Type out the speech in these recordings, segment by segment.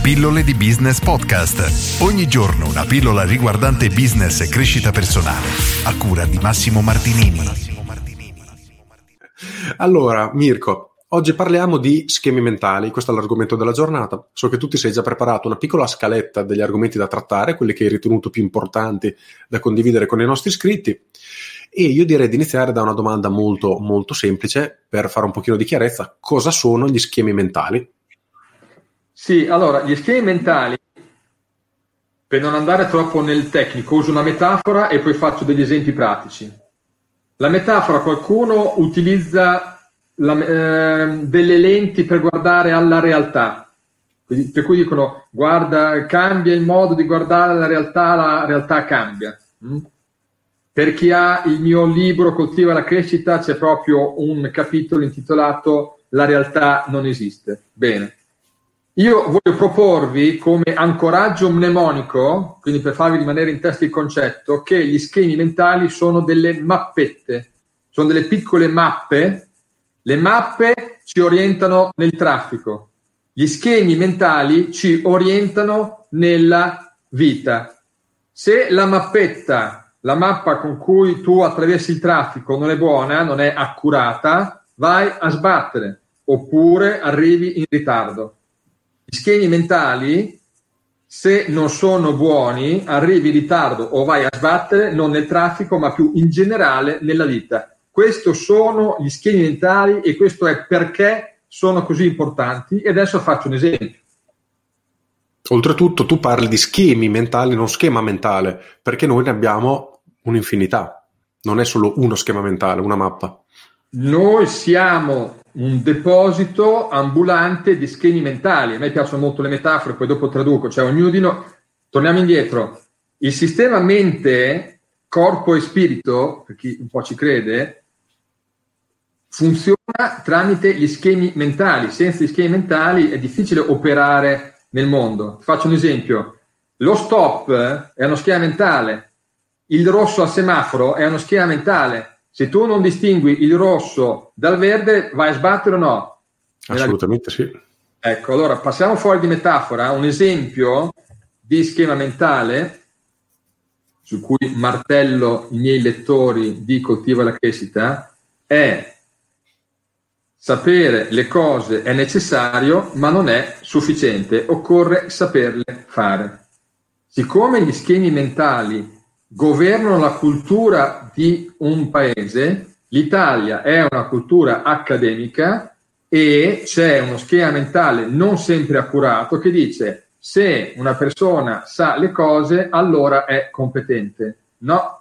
Pillole di Business Podcast. Ogni giorno una pillola riguardante business e crescita personale. A cura di Massimo Martinini. Allora, Mirko, oggi parliamo di schemi mentali. Questo è l'argomento della giornata. So che tu ti sei già preparato una piccola scaletta degli argomenti da trattare, quelli che hai ritenuto più importanti da condividere con i nostri iscritti. E io direi di iniziare da una domanda molto, molto semplice per fare un pochino di chiarezza. Cosa sono gli schemi mentali? Sì, allora, gli schemi mentali, per non andare troppo nel tecnico, uso una metafora e poi faccio degli esempi pratici. La metafora, qualcuno utilizza delle lenti per guardare alla realtà, per cui dicono, guarda, cambia il modo di guardare la realtà cambia. Per chi ha il mio libro Coltiva la crescita c'è proprio un capitolo intitolato La realtà non esiste. Bene. Io voglio proporvi come ancoraggio mnemonico, quindi per farvi rimanere in testa il concetto, che gli schemi mentali sono delle mappette, sono delle piccole mappe. Le mappe ci orientano nel traffico, gli schemi mentali ci orientano nella vita. Se la mappa con cui tu attraversi il traffico non è buona, non è accurata, vai a sbattere, oppure arrivi in ritardo. Gli schemi mentali, se non sono buoni, arrivi in ritardo o vai a sbattere non nel traffico, ma più in generale nella vita. Questi sono gli schemi mentali e questo è perché sono così importanti. E adesso faccio un esempio. Oltretutto tu parli di schemi mentali, non schema mentale, perché noi ne abbiamo un'infinità. Non è solo uno schema mentale, una mappa. Noi siamo un deposito ambulante di schemi mentali. A me piacciono molto le metafore, poi dopo traduco. Cioè ognuno di noi, torniamo indietro, il sistema mente, corpo e spirito, per chi un po' ci crede, funziona tramite gli schemi mentali. Senza gli schemi mentali è difficile operare nel mondo. Faccio un esempio. Lo stop è uno schema mentale. Il rosso al semaforo è uno schema mentale. Se tu non distingui il rosso dal verde, vai a sbattere o no? Assolutamente sì. Ecco, allora passiamo fuori di metafora. Un esempio di schema mentale su cui martello i miei lettori di Coltiva la crescita è: sapere le cose è necessario, ma non è sufficiente, occorre saperle fare. Siccome gli schemi mentali governano la cultura di un paese, l'Italia è una cultura accademica e c'è uno schema mentale non sempre accurato che dice: se una persona sa le cose allora è competente. No.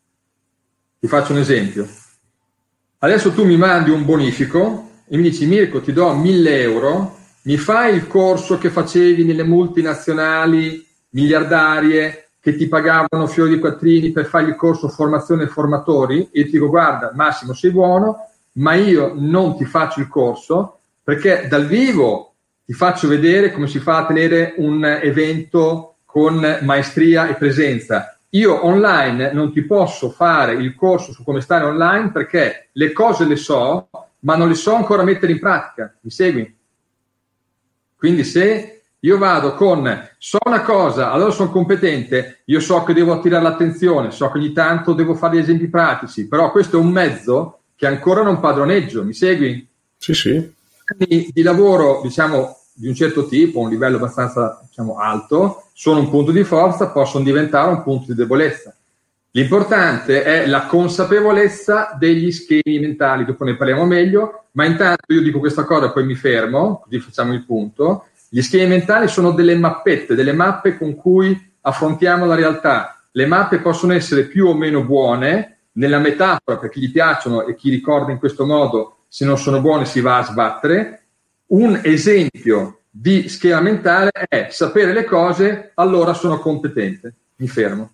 Ti faccio un esempio. Adesso tu mi mandi un bonifico e mi dici: Mirko, ti do 1.000 euro, mi fai il corso che facevi nelle multinazionali miliardarie che ti pagavano fiori di quattrini per fare il corso formazione formatori? E ti dico: guarda Massimo, sei buono, ma io non ti faccio il corso perché dal vivo ti faccio vedere come si fa a tenere un evento con maestria e presenza. Io online non ti posso fare il corso su come stare online perché le cose le so, ma non le so ancora mettere in pratica. Mi segui? Quindi se io vado con so una cosa, allora sono competente, io so che devo attirare l'attenzione, so che ogni tanto devo fare degli esempi pratici, però questo è un mezzo che ancora non padroneggio, mi segui? Sì, sì. Di lavoro, diciamo, di un certo tipo, un livello abbastanza, diciamo, alto, sono un punto di forza, possono diventare un punto di debolezza. L'importante è la consapevolezza degli schemi mentali, dopo ne parliamo meglio, ma intanto io dico questa cosa e poi mi fermo, così facciamo il punto. Gli schemi mentali sono delle mappette, delle mappe con cui affrontiamo la realtà. Le mappe possono essere più o meno buone, nella metafora per chi gli piacciono e chi ricorda in questo modo, se non sono buone si va a sbattere. Un esempio di schema mentale è sapere le cose, allora sono competente. Mi fermo.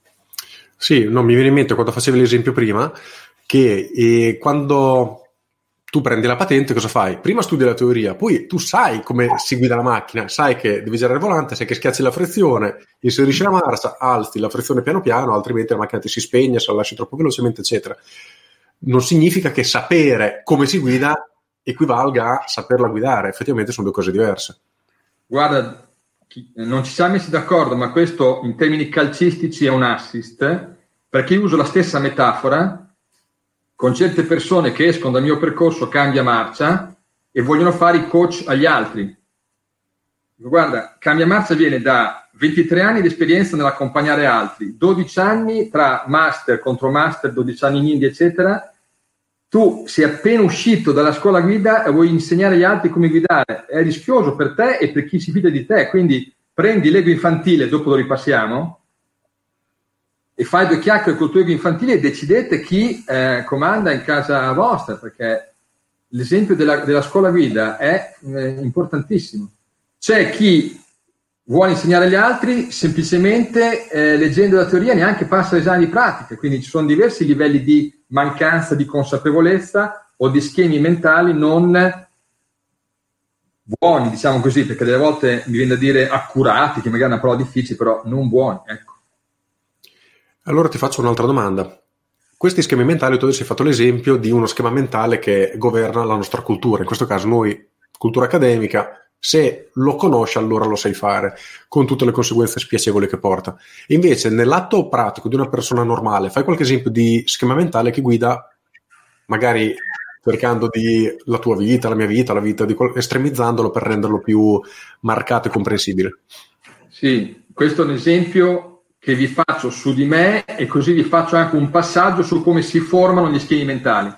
Sì, no, mi viene in mente quando facevi l'esempio prima che quando tu prendi la patente, cosa fai? Prima studi la teoria, poi tu sai come si guida la macchina, sai che devi girare il volante, sai che schiacci la frizione, inserisci la marcia, alzi la frizione piano piano, altrimenti la macchina ti si spegne se la lasci troppo velocemente, eccetera. Non significa che sapere come si guida equivalga a saperla guidare, effettivamente sono due cose diverse. Guarda, non ci siamo messi d'accordo, ma questo in termini calcistici è un assist, perché io uso la stessa metafora con certe persone che escono dal mio percorso cambia marcia e vogliono fare i coach agli altri. Guarda, cambia marcia viene da 23 anni di esperienza nell'accompagnare altri, 12 anni tra master, contro master, 12 anni in India, eccetera. Tu sei appena uscito dalla scuola guida e vuoi insegnare agli altri come guidare. È rischioso per te e per chi si fida di te. Quindi prendi l'ego infantile, dopo lo ripassiamo, e fai 2 chiacchiere col tuo ego infantile e decidete chi comanda in casa vostra, perché l'esempio della scuola guida è importantissimo. C'è chi vuole insegnare agli altri semplicemente leggendo la teoria, neanche passa l'esame di pratica, quindi ci sono diversi livelli di mancanza di consapevolezza o di schemi mentali non buoni, diciamo così, perché delle volte mi viene da dire accurati, che magari è una parola difficile, però non buoni, ecco. Allora ti faccio un'altra domanda. Questi schemi mentali, tu adesso hai fatto l'esempio di uno schema mentale che governa la nostra cultura, in questo caso noi, cultura accademica, se lo conosci allora lo sai fare, con tutte le conseguenze spiacevoli che porta. Invece nell'atto pratico di una persona normale, fai qualche esempio di schema mentale che guida, magari cercando di la tua vita, la mia vita, la vita, estremizzandolo per renderlo più marcato e comprensibile. Sì, questo è un esempio che vi faccio su di me e così vi faccio anche un passaggio su come si formano gli schemi mentali.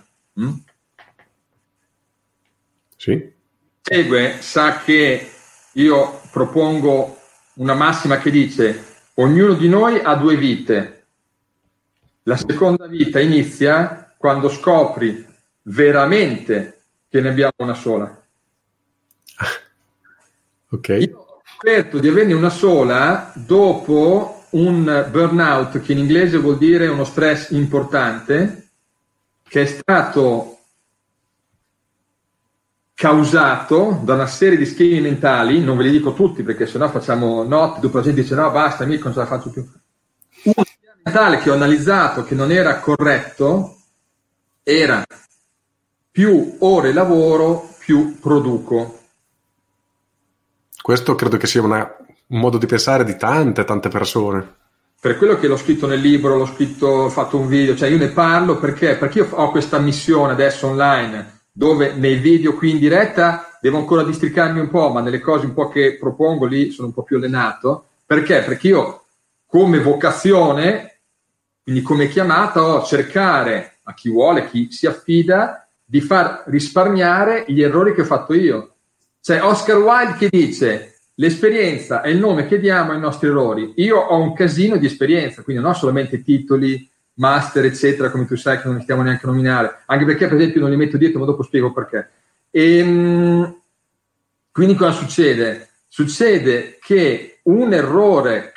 Sì. Segue, sa che io propongo una massima che dice: ognuno di noi ha 2 vite. La seconda vita inizia quando scopri veramente che ne abbiamo una sola. Ok. Io ho scoperto di averne una sola dopo un burnout, che in inglese vuol dire uno stress importante, che è stato causato da una serie di schemi mentali, non ve li dico tutti perché sennò facciamo notte, dopo la gente dice no basta, amico, non ce la faccio più. Uno schema mentale che ho analizzato che non era corretto era: più ore lavoro, più produco. Questo credo che sia un modo di pensare di tante persone. Per quello che l'ho scritto nel libro, ho fatto un video, cioè io ne parlo perché io ho questa missione adesso online, dove nei video qui in diretta devo ancora districarmi un po', ma nelle cose un po' che propongo lì sono un po' più allenato. Perché? Perché io come vocazione, quindi come chiamata, ho cercare a chi vuole, chi si affida, di far risparmiare gli errori che ho fatto io. C'è Oscar Wilde che dice: l'esperienza è il nome che diamo ai nostri errori. Io ho un casino di esperienza, quindi non ho solamente titoli, master, eccetera, come tu sai che non li stiamo neanche a nominare, anche perché per esempio non li metto dietro, ma dopo spiego perché. Quindi cosa succede? Succede che un errore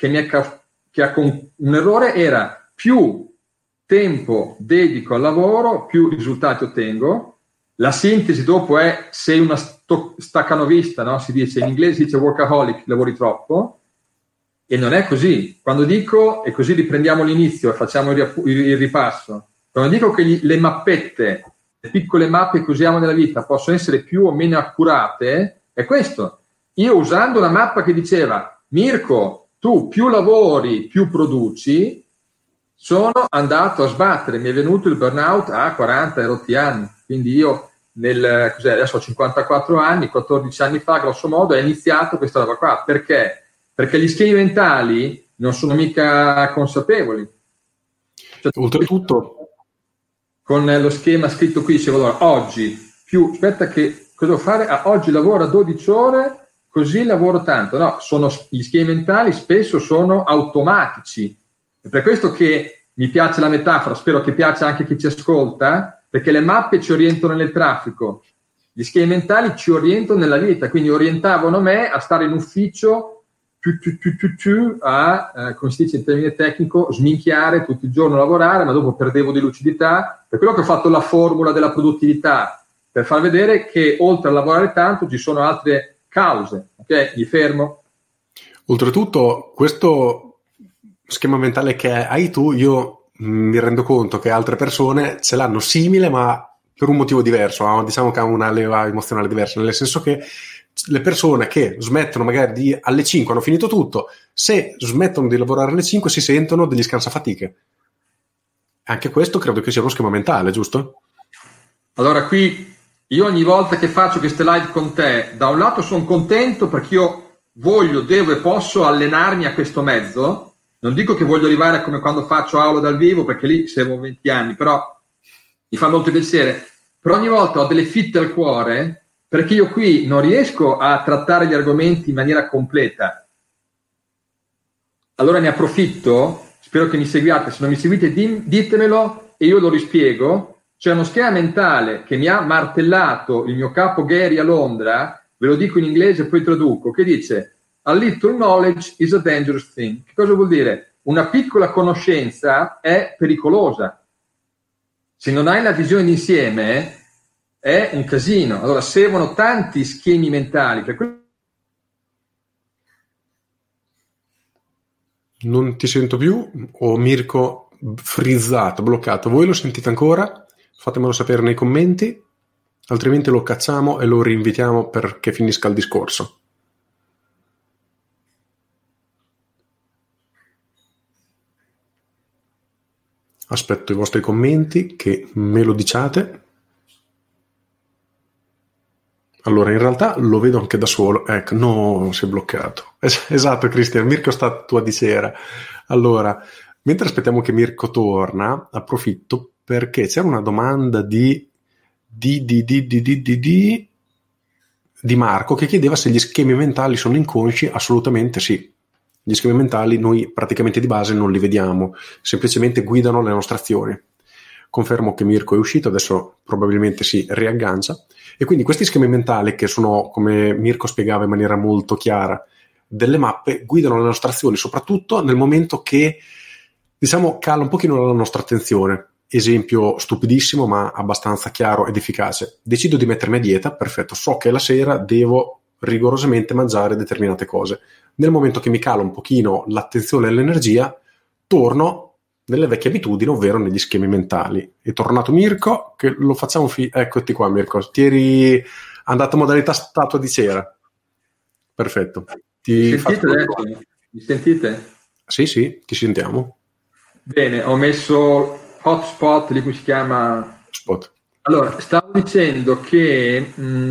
un errore era: più tempo dedico al lavoro, più risultati ottengo. La sintesi dopo è: sei una staccanovista, no? Si dice in inglese, si dice workaholic, lavori troppo, e non è così. Quando dico, e così riprendiamo l'inizio e facciamo il ripasso, quando dico che le mappette, le piccole mappe che usiamo nella vita possono essere più o meno accurate, è questo. Io, usando una mappa che diceva: Mirko, tu più lavori, più produci, sono andato a sbattere, mi è venuto il burnout a 40 erotti anni. Quindi io adesso ho 54 anni, 14 anni fa, grosso modo, è iniziato questa roba qua. Perché? Perché gli schemi mentali non sono mica consapevoli. Cioè, oltretutto, con lo schema scritto qui dicevo: allora, oggi aspetta, che cosa devo fare? Oggi lavoro a 12 ore, così lavoro tanto. No, gli schemi mentali spesso sono automatici. È per questo che mi piace la metafora, spero che piaccia anche a chi ci ascolta, perché le mappe ci orientano nel traffico, gli schemi mentali ci orientano nella vita, quindi orientavano me a stare in ufficio a, come si dice in termine tecnico, sminchiare tutto il giorno, lavorare, ma dopo perdevo di lucidità. Per quello che ho fatto la formula della produttività, per far vedere che oltre a lavorare tanto ci sono altre cause. Ok, mi fermo. Oltretutto, questo schema mentale che hai tu, io mi rendo conto che altre persone ce l'hanno simile, ma per un motivo diverso, diciamo che ha una leva emozionale diversa, nel senso che le persone che smettono magari alle 5 hanno finito tutto, se smettono di lavorare alle 5 si sentono degli scansafatiche. Anche questo credo che sia uno schema mentale, giusto? Allora qui io ogni volta che faccio queste live con te, da un lato sono contento perché io voglio, devo e posso allenarmi a questo mezzo. Non dico che voglio arrivare come quando faccio aula dal vivo, perché lì servono 20 anni, però mi fa molto piacere. Però ogni volta ho delle fitte al cuore, perché io qui non riesco a trattare gli argomenti in maniera completa. Allora ne approfitto, spero che mi seguiate, se non mi seguite ditemelo e io lo rispiego. C'è uno schema mentale che mi ha martellato il mio capo Gary a Londra, ve lo dico in inglese e poi traduco, che dice "A little knowledge is a dangerous thing". Che cosa vuol dire? Una piccola conoscenza è pericolosa. Se non hai la visione d'insieme è un casino. Allora servono tanti schemi mentali. Non ti sento più, o Mirko frizzato, bloccato. Voi lo sentite ancora? Fatemelo sapere nei commenti, altrimenti lo cacciamo e lo rinvitiamo perché finisca il discorso. Aspetto i vostri commenti, che me lo diciate. Allora, in realtà lo vedo anche da solo. Ecco, no, si è bloccato. Esatto, Cristian, Mirko sta a tua dicera. Allora, mentre aspettiamo che Mirko torna, approfitto perché c'era una domanda di Marco che chiedeva se gli schemi mentali sono inconsci. Assolutamente sì. Gli schemi mentali noi praticamente di base non li vediamo, semplicemente guidano le nostre azioni. Confermo che Mirko è uscito, adesso probabilmente si riaggancia. E quindi questi schemi mentali, che sono, come Mirko spiegava in maniera molto chiara, delle mappe, guidano le nostre azioni, soprattutto nel momento che, diciamo, cala un pochino la nostra attenzione. Esempio stupidissimo, ma abbastanza chiaro ed efficace. Decido di mettermi a dieta, perfetto, so che la sera devo rigorosamente mangiare determinate cose. Nel momento che mi cala un pochino l'attenzione e l'energia, torno nelle vecchie abitudini, ovvero negli schemi mentali. È tornato Mirko, che lo facciamo eccoti qua Mirko, ti eri andato a modalità statua di cera. Perfetto. Mi sentite? Sì, ti sentiamo. Bene, ho messo hotspot, lì come si chiama? Spot. Allora, stavo dicendo che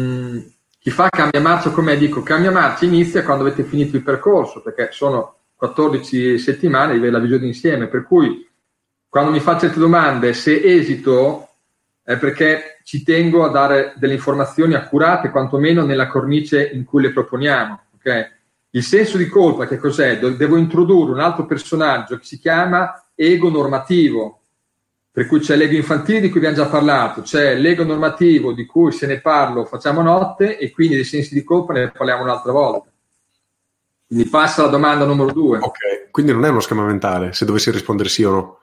chi fa cambia marcia, come dico, cambia marcia inizia quando avete finito il percorso, perché sono 14 settimane di avere la visione insieme, per cui quando mi faccio certe domande, se esito è perché ci tengo a dare delle informazioni accurate, quantomeno nella cornice in cui le proponiamo. Okay? Il senso di colpa, che cos'è? Devo introdurre un altro personaggio che si chiama ego normativo, per cui c'è l'ego infantile di cui abbiamo già parlato, c'è l'ego normativo di cui se ne parlo facciamo notte, e quindi dei sensi di colpa ne parliamo un'altra volta. Quindi passa la domanda numero 2. Ok, quindi non è uno schema mentale, se dovessi rispondere sì o no.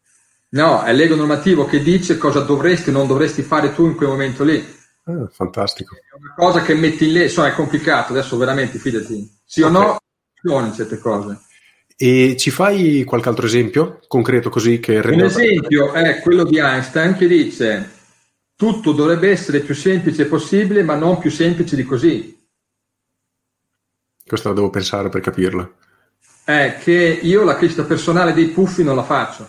No, è l'ego normativo che dice cosa dovresti o non dovresti fare tu in quel momento lì. Fantastico. È una cosa che metti in lì, insomma è complicato, adesso veramente, fidati. Sì o no, sono certe cose. E ci fai qualche altro esempio concreto così che... Un esempio è quello di Einstein che dice tutto dovrebbe essere più semplice possibile, ma non più semplice di così. Questa la devo pensare per capirla. È che io la crescita personale dei puffi non la faccio.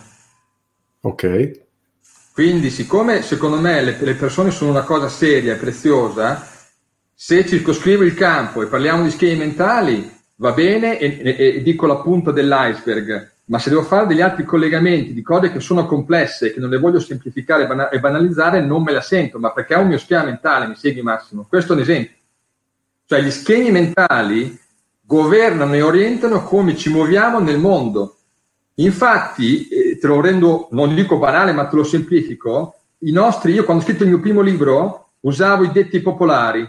Ok. Quindi, siccome secondo me le persone sono una cosa seria e preziosa, se circoscrivo il campo e parliamo di schemi mentali, va bene e dico la punta dell'iceberg, ma se devo fare degli altri collegamenti di cose che sono complesse e che non le voglio semplificare e banalizzare, non me la sento, ma perché è un mio schema mentale, mi segui Massimo? Questo è un esempio. Cioè gli schemi mentali governano e orientano come ci muoviamo nel mondo. Infatti, te lo rendo, non dico banale, ma te lo semplifico, io quando ho scritto il mio primo libro usavo i detti popolari.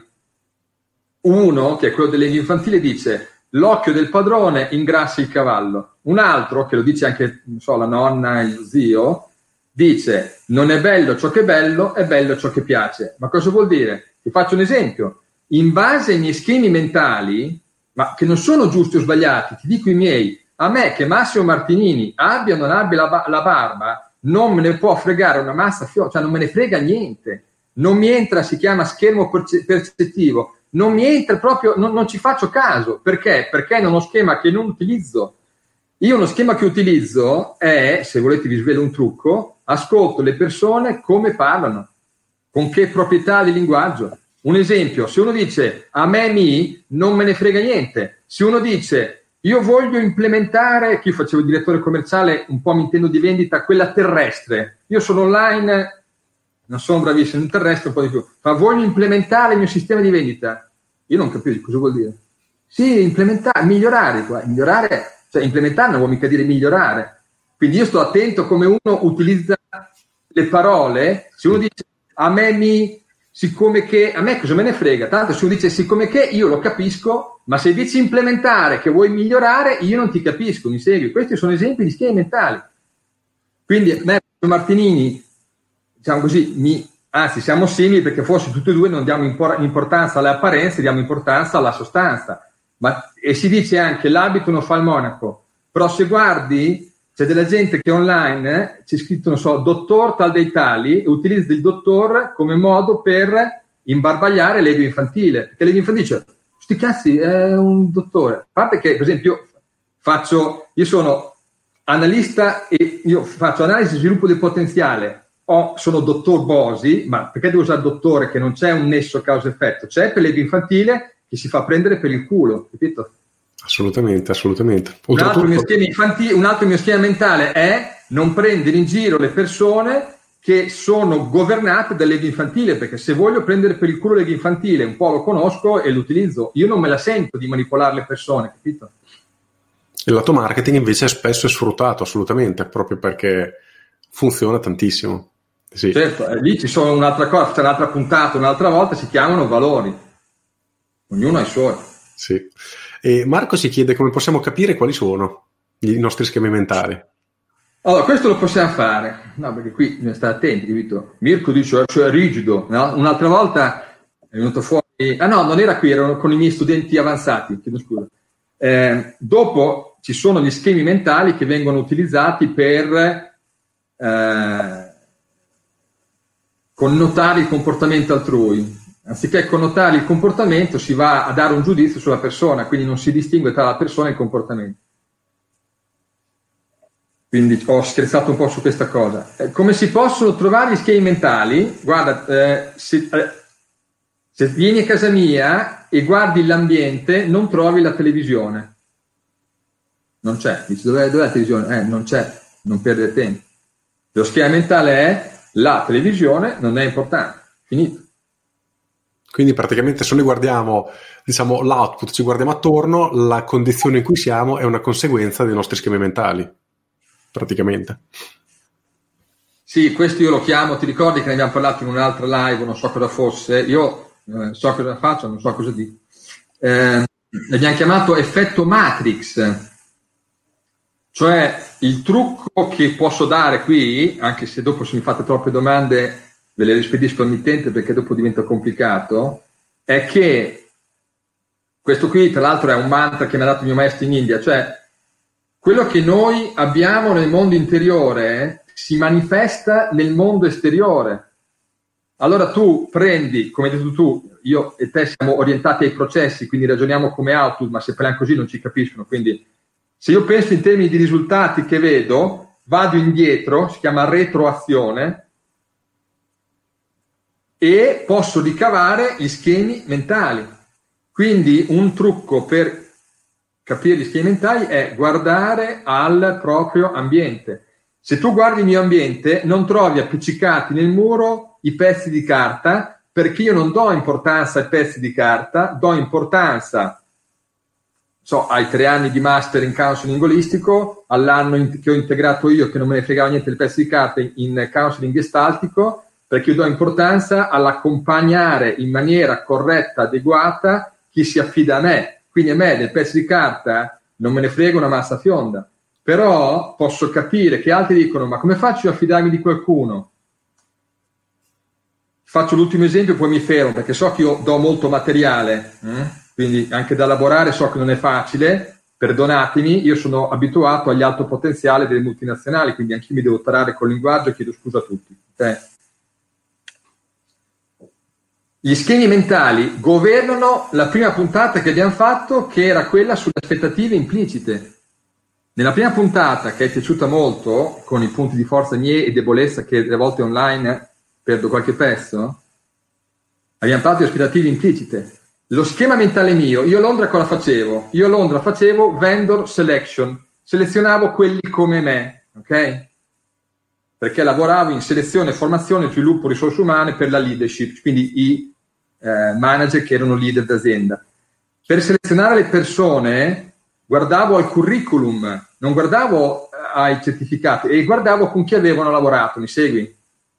Uno, che è quello dell'ego infantile, dice l'occhio del padrone ingrassa il cavallo. Un altro, che lo dice anche, non so, la nonna, il zio, dice non è bello ciò che è bello, è bello ciò che piace. Ma cosa vuol dire? Ti faccio un esempio. In base ai miei schemi mentali, ma che non sono giusti o sbagliati, ti dico i miei, a me che Massimo Martinini abbia o non abbia la barba, non me ne può fregare una massa cioè non me ne frega niente. Non mi entra, si chiama schermo percettivo. non mi entra proprio, non ci faccio caso. Perché? Perché è uno schema che non utilizzo. Io uno schema che utilizzo è, se volete vi svelo un trucco, ascolto le persone come parlano, con che proprietà di linguaggio. Un esempio, se uno dice a me non me ne frega niente, se uno dice io voglio implementare, che io facevo il direttore commerciale, un po' mi intendo di vendita, quella terrestre, io sono online, non sono bravissimo in terrestre, un po' di più, ma voglio implementare il mio sistema di vendita. Io non capisco cosa vuol dire. Sì, implementare, migliorare, cioè implementare non vuol mica dire migliorare. Quindi io sto attento come uno utilizza le parole. Se uno dice a me siccome che, a me cosa me ne frega, tanto se uno dice siccome che io lo capisco, ma se dici implementare che vuoi migliorare, io non ti capisco, mi segui? Questi sono esempi di schemi mentali. Quindi me e Martinini, diciamo così, anzi siamo simili perché forse tutti e due non diamo importanza alle apparenze, diamo importanza alla sostanza. E si dice anche l'abito non fa il monaco, però se guardi c'è della gente che online c'è scritto, non so, dottor tal dei tali, e utilizza il dottor come modo per imbarbagliare l'ego infantile, perché l'ego infantile dice sti cazzi è un dottore. A parte che per esempio io sono analista e io faccio analisi e sviluppo del potenziale, sono dottor Bosi, ma perché devo usare dottore che non c'è un nesso causa-effetto, c'è per l'ego infantile che si fa prendere per il culo, capito? Assolutamente. Un altro mio schema mentale è non prendere in giro le persone che sono governate dall'ego infantile, perché se voglio prendere per il culo l'ego infantile, un po' lo conosco e lo utilizzo, io non me la sento di manipolare le persone, capito? Il lato marketing invece spesso è sfruttato, assolutamente, proprio perché funziona tantissimo. Sì. Certo, lì ci sono un'altra cosa, c'è un'altra puntata, un'altra volta, si chiamano valori. Ognuno ha i suoi. Sì. E Marco si chiede come possiamo capire quali sono i nostri schemi mentali. Allora, questo lo possiamo fare, no, perché qui bisogna stare attenti, capito? Mirko dice, cioè rigido, no? Un'altra volta è venuto fuori, non era qui, erano con i miei studenti avanzati, chiedo scusa. Dopo ci sono gli schemi mentali che vengono utilizzati per connotare il comportamento altrui. Anziché connotare il comportamento si va a dare un giudizio sulla persona, quindi non si distingue tra la persona e il comportamento. Quindi ho scherzato un po' su questa cosa. Come si possono trovare gli schemi mentali? Guarda, se vieni a casa mia e guardi l'ambiente, non trovi la televisione. Non c'è. Dici, dov'è la televisione? Non c'è, non perdere tempo. Lo schema mentale è la televisione non è importante. Finito. Quindi praticamente se noi guardiamo, diciamo, l'output, ci guardiamo attorno, la condizione in cui siamo è una conseguenza dei nostri schemi mentali, praticamente. Sì, questo io lo chiamo, ti ricordi che ne abbiamo parlato in un'altra live, non so cosa fosse, io so cosa faccio, non so cosa dico. L'abbiamo chiamato effetto Matrix, cioè il trucco che posso dare qui, anche se dopo se mi fate troppe domande ve le rispedisco al mittente perché dopo diventa complicato, è che questo qui tra l'altro è un mantra che mi ha dato il mio maestro in India, cioè quello che noi abbiamo nel mondo interiore si manifesta nel mondo esteriore. Allora tu prendi, come hai detto tu, io e te siamo orientati ai processi, quindi ragioniamo come output, ma se parliamo così non ci capiscono, quindi se io penso in termini di risultati che vedo, vado indietro, si chiama retroazione, e posso ricavare gli schemi mentali. Quindi un trucco per capire gli schemi mentali è guardare al proprio ambiente. Se tu guardi il mio ambiente non trovi appiccicati nel muro i pezzi di carta, perché io non do importanza ai pezzi di carta, do importanza ai 3 anni di master in counseling olistico, all'anno che ho integrato io, che non me ne fregava niente del pezzo di carta, in counseling gestaltico, perché io do importanza all'accompagnare in maniera corretta, adeguata, chi si affida a me. Quindi a me del pezzo di carta non me ne frega una massa fionda, però posso capire che altri dicono ma come faccio a fidarmi di qualcuno? Faccio l'ultimo esempio, poi mi fermo, perché so che io do molto materiale, quindi anche da elaborare so che non è facile, perdonatemi, io sono abituato agli alto potenziale delle multinazionali, quindi anch'io mi devo tarare col linguaggio e chiedo scusa a tutti. Gli schemi mentali governano la prima puntata che abbiamo fatto, che era quella sulle aspettative implicite. Nella prima puntata, che è piaciuta molto, con i punti di forza miei e debolezza, che a volte online perdo qualche pezzo, abbiamo parlato di aspettative implicite. Lo schema mentale mio, io a Londra cosa facevo? Io a Londra facevo vendor selection, selezionavo quelli come me, ok? Perché lavoravo in selezione, formazione, sviluppo, risorse umane per la leadership, quindi i manager che erano leader d'azienda. Per selezionare le persone guardavo al curriculum, non guardavo ai certificati, e guardavo con chi avevano lavorato, mi segui?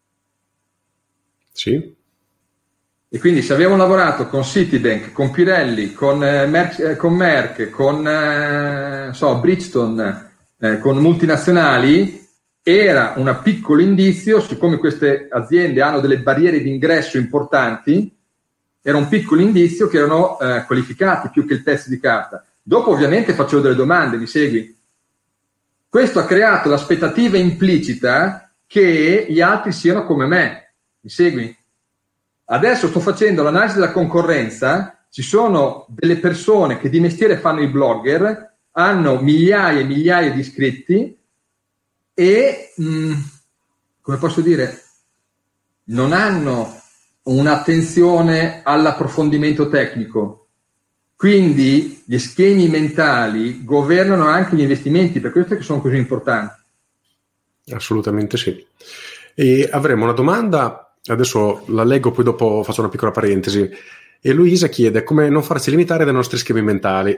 Sì. E quindi se avevano lavorato con Citibank, con Pirelli, con Merck, con Bridgestone, con multinazionali, era un piccolo indizio, siccome queste aziende hanno delle barriere di ingresso importanti, era un piccolo indizio che erano qualificati più che il test di carta. Dopo ovviamente facevo delle domande, mi segui? Questo ha creato l'aspettativa implicita che gli altri siano come me, mi segui? Adesso sto facendo l'analisi della concorrenza, ci sono delle persone che di mestiere fanno i blogger, hanno migliaia e migliaia di iscritti e, come posso dire, non hanno un'attenzione all'approfondimento tecnico. Quindi gli schemi mentali governano anche gli investimenti, per questo che sono così importanti. Assolutamente sì. E avremo una domanda, adesso la leggo, poi dopo faccio una piccola parentesi. E Luisa chiede come non farsi limitare dai nostri schemi mentali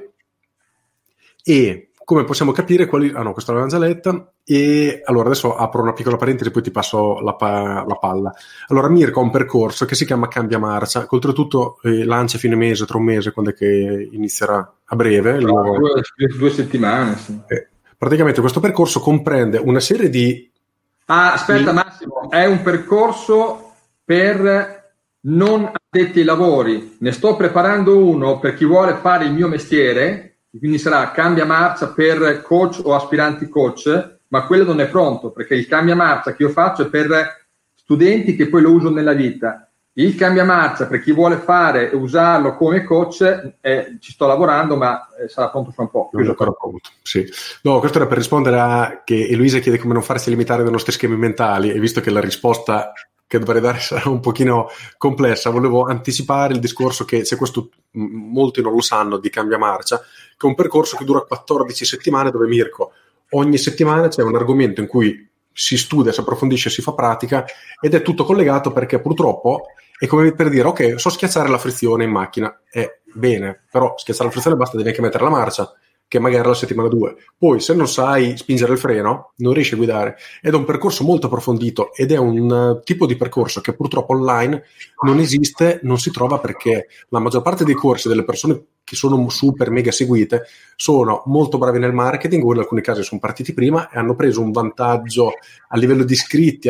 e come possiamo capire quali... Ah no, questa l'avevamo già letta. E allora adesso apro una piccola parentesi, poi ti passo la palla. Allora Mirko ha un percorso che si chiama Cambia Marcia, che oltretutto lancia fine mese, tra un mese, quando è che inizierà a breve. Due settimane, sì. Praticamente questo percorso comprende una serie di... Aspetta Massimo, è un percorso per non addetti ai lavori. Ne sto preparando uno per chi vuole fare il mio mestiere, quindi sarà Cambia Marcia per coach o aspiranti coach, ma quello non è pronto, perché il Cambia Marcia che io faccio è per studenti che poi lo usano nella vita. Il Cambia Marcia per chi vuole fare e usarlo come coach, ci sto lavorando, ma sarà pronto fra un po'. Sì. No, questo era per rispondere a che Eloisa chiede come non farsi limitare dai nostri schemi mentali, e visto che la risposta che dovrei dare sarà un pochino complessa, volevo anticipare il discorso che, se questo molti non lo sanno, di Cambia Marcia, che è un percorso che dura 14 settimane, dove Mirko ogni settimana c'è un argomento in cui si studia, si approfondisce, si fa pratica, ed è tutto collegato, perché purtroppo è come per dire ok, so schiacciare la frizione in macchina, bene, però schiacciare la frizione basta, devi anche mettere la marcia, che magari è la settimana 2. Poi se non sai spingere il freno non riesci a guidare, ed è un percorso molto approfondito, ed è un tipo di percorso che purtroppo online non esiste, non si trova, perché la maggior parte dei corsi delle persone che sono super mega seguite sono molto bravi nel marketing, o in alcuni casi sono partiti prima e hanno preso un vantaggio a livello di iscritti,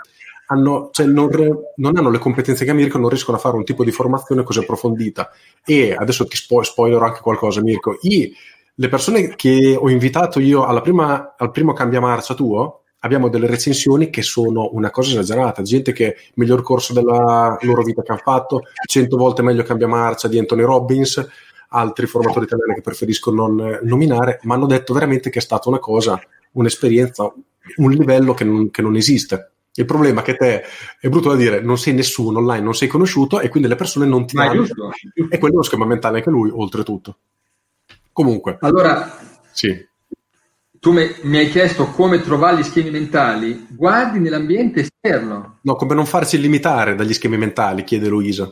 cioè non hanno le competenze che ha Mirko, non riescono a fare un tipo di formazione così approfondita. E adesso ti spoilerò anche qualcosa, Mirko. Le persone che ho invitato io al primo Cambia Marcia tuo, abbiamo delle recensioni che sono una cosa esagerata, gente che miglior corso della loro vita che hanno fatto, 100 volte meglio Cambia Marcia di Anthony Robbins, altri formatori italiani che preferisco non nominare, ma hanno detto veramente che è stata una cosa, un'esperienza, un livello che non esiste. Il problema è che te, è brutto da dire, non sei nessuno online, non sei conosciuto, e quindi le persone non ti danno. E quello è uno schema mentale anche lui, oltretutto. Comunque. Allora, sì. Tu mi hai chiesto come trovare gli schemi mentali. Guardi nell'ambiente esterno. No, come non farsi limitare dagli schemi mentali, chiede Luisa.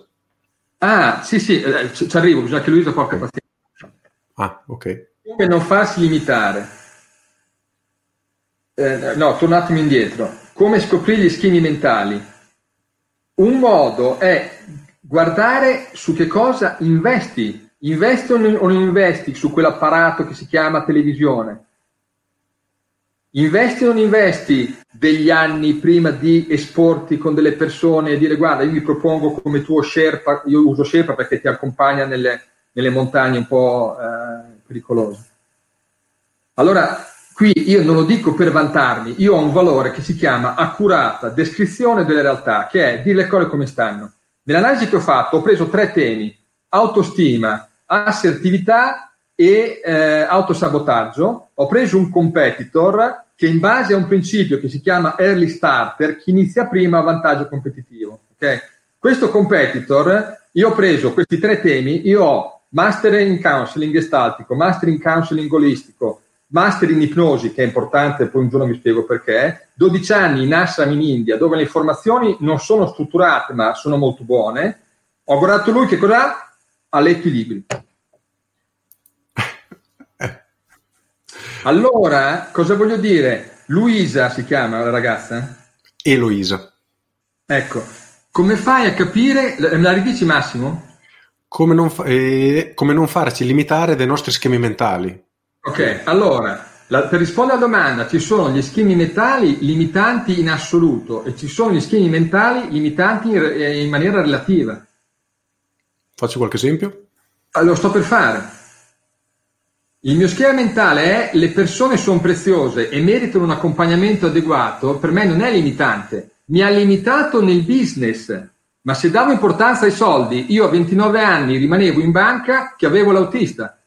Sì, ci arrivo, bisogna che Luisa porti pazienza. Ok. Come non farsi limitare. No, torno un attimo indietro. Come scoprire gli schemi mentali? Un modo è guardare su che cosa investi. Investi o non investi su quell'apparato che si chiama televisione? Investi o non investi degli anni prima di esporti con delle persone e dire guarda, io mi propongo come tuo Sherpa, io uso Sherpa perché ti accompagna nelle montagne un po' pericolose. Allora, qui io non lo dico per vantarmi, io ho un valore che si chiama accurata descrizione delle realtà, che è dire le cose come stanno. Nell'analisi che ho fatto ho preso 3 temi: autostima, assertività e autosabotaggio. Ho preso un competitor che in base a un principio che si chiama early starter, chi inizia prima ha vantaggio competitivo. Okay? Questo competitor, io ho preso questi 3 temi, io ho master in counseling gestaltico, master in counseling olistico, master in ipnosi, che è importante, poi un giorno vi spiego perché, 12 anni in Assam in India, dove le informazioni non sono strutturate ma sono molto buone. Ho guardato lui che cos'ha? Ha letto i libri. Allora, cosa voglio dire? Luisa si chiama la ragazza? Eloisa. Ecco, come fai a capire, me la ridici Massimo? Come non farci limitare dai nostri schemi mentali. Ok, allora, per rispondere alla domanda, ci sono gli schemi mentali limitanti in assoluto e ci sono gli schemi mentali limitanti in maniera relativa. Faccio qualche esempio? Lo sto per fare. Il mio schema mentale è: le persone sono preziose e meritano un accompagnamento adeguato. Per me non è limitante. Mi ha limitato nel business, ma se davo importanza ai soldi, io a 29 anni rimanevo in banca che avevo l'autista.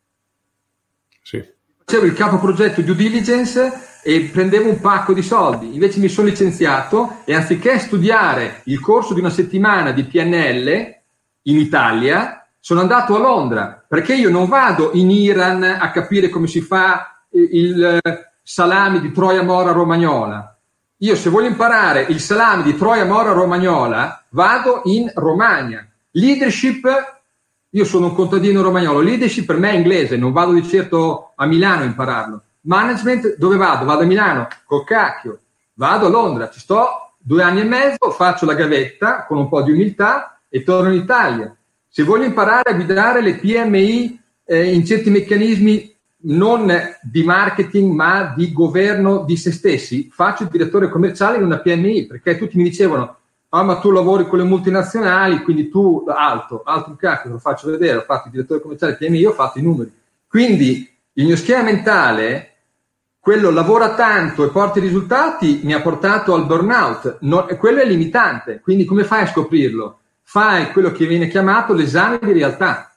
Sì. Facevo il capo progetto due diligence e prendevo un pacco di soldi. Invece mi sono licenziato e anziché studiare il corso di una settimana di PNL in Italia, sono andato a Londra, perché io non vado in Iran a capire come si fa il salami di Troia Mora Romagnola. Io, se voglio imparare il salami di Troia Mora Romagnola, vado in Romagna. Leadership, io sono un contadino romagnolo, leadership per me è inglese, non vado di certo a Milano a impararlo. Management, dove vado? Vado a Milano, col cacchio. Vado a Londra, ci sto 2 anni e mezzo, faccio la gavetta con un po' di umiltà e torno in Italia. Se voglio imparare a guidare le PMI in certi meccanismi non di marketing ma di governo di se stessi, faccio il direttore commerciale in una PMI, perché tutti mi dicevano: ah, ma tu lavori con le multinazionali, quindi tu alto un cacchio, lo faccio vedere, ho fatto il direttore commerciale PMI, ho fatto i numeri. Quindi il mio schema mentale, quello lavora tanto e porta i risultati, mi ha portato al burnout, quello è limitante. Quindi come fai a scoprirlo? Fai quello che viene chiamato l'esame di realtà.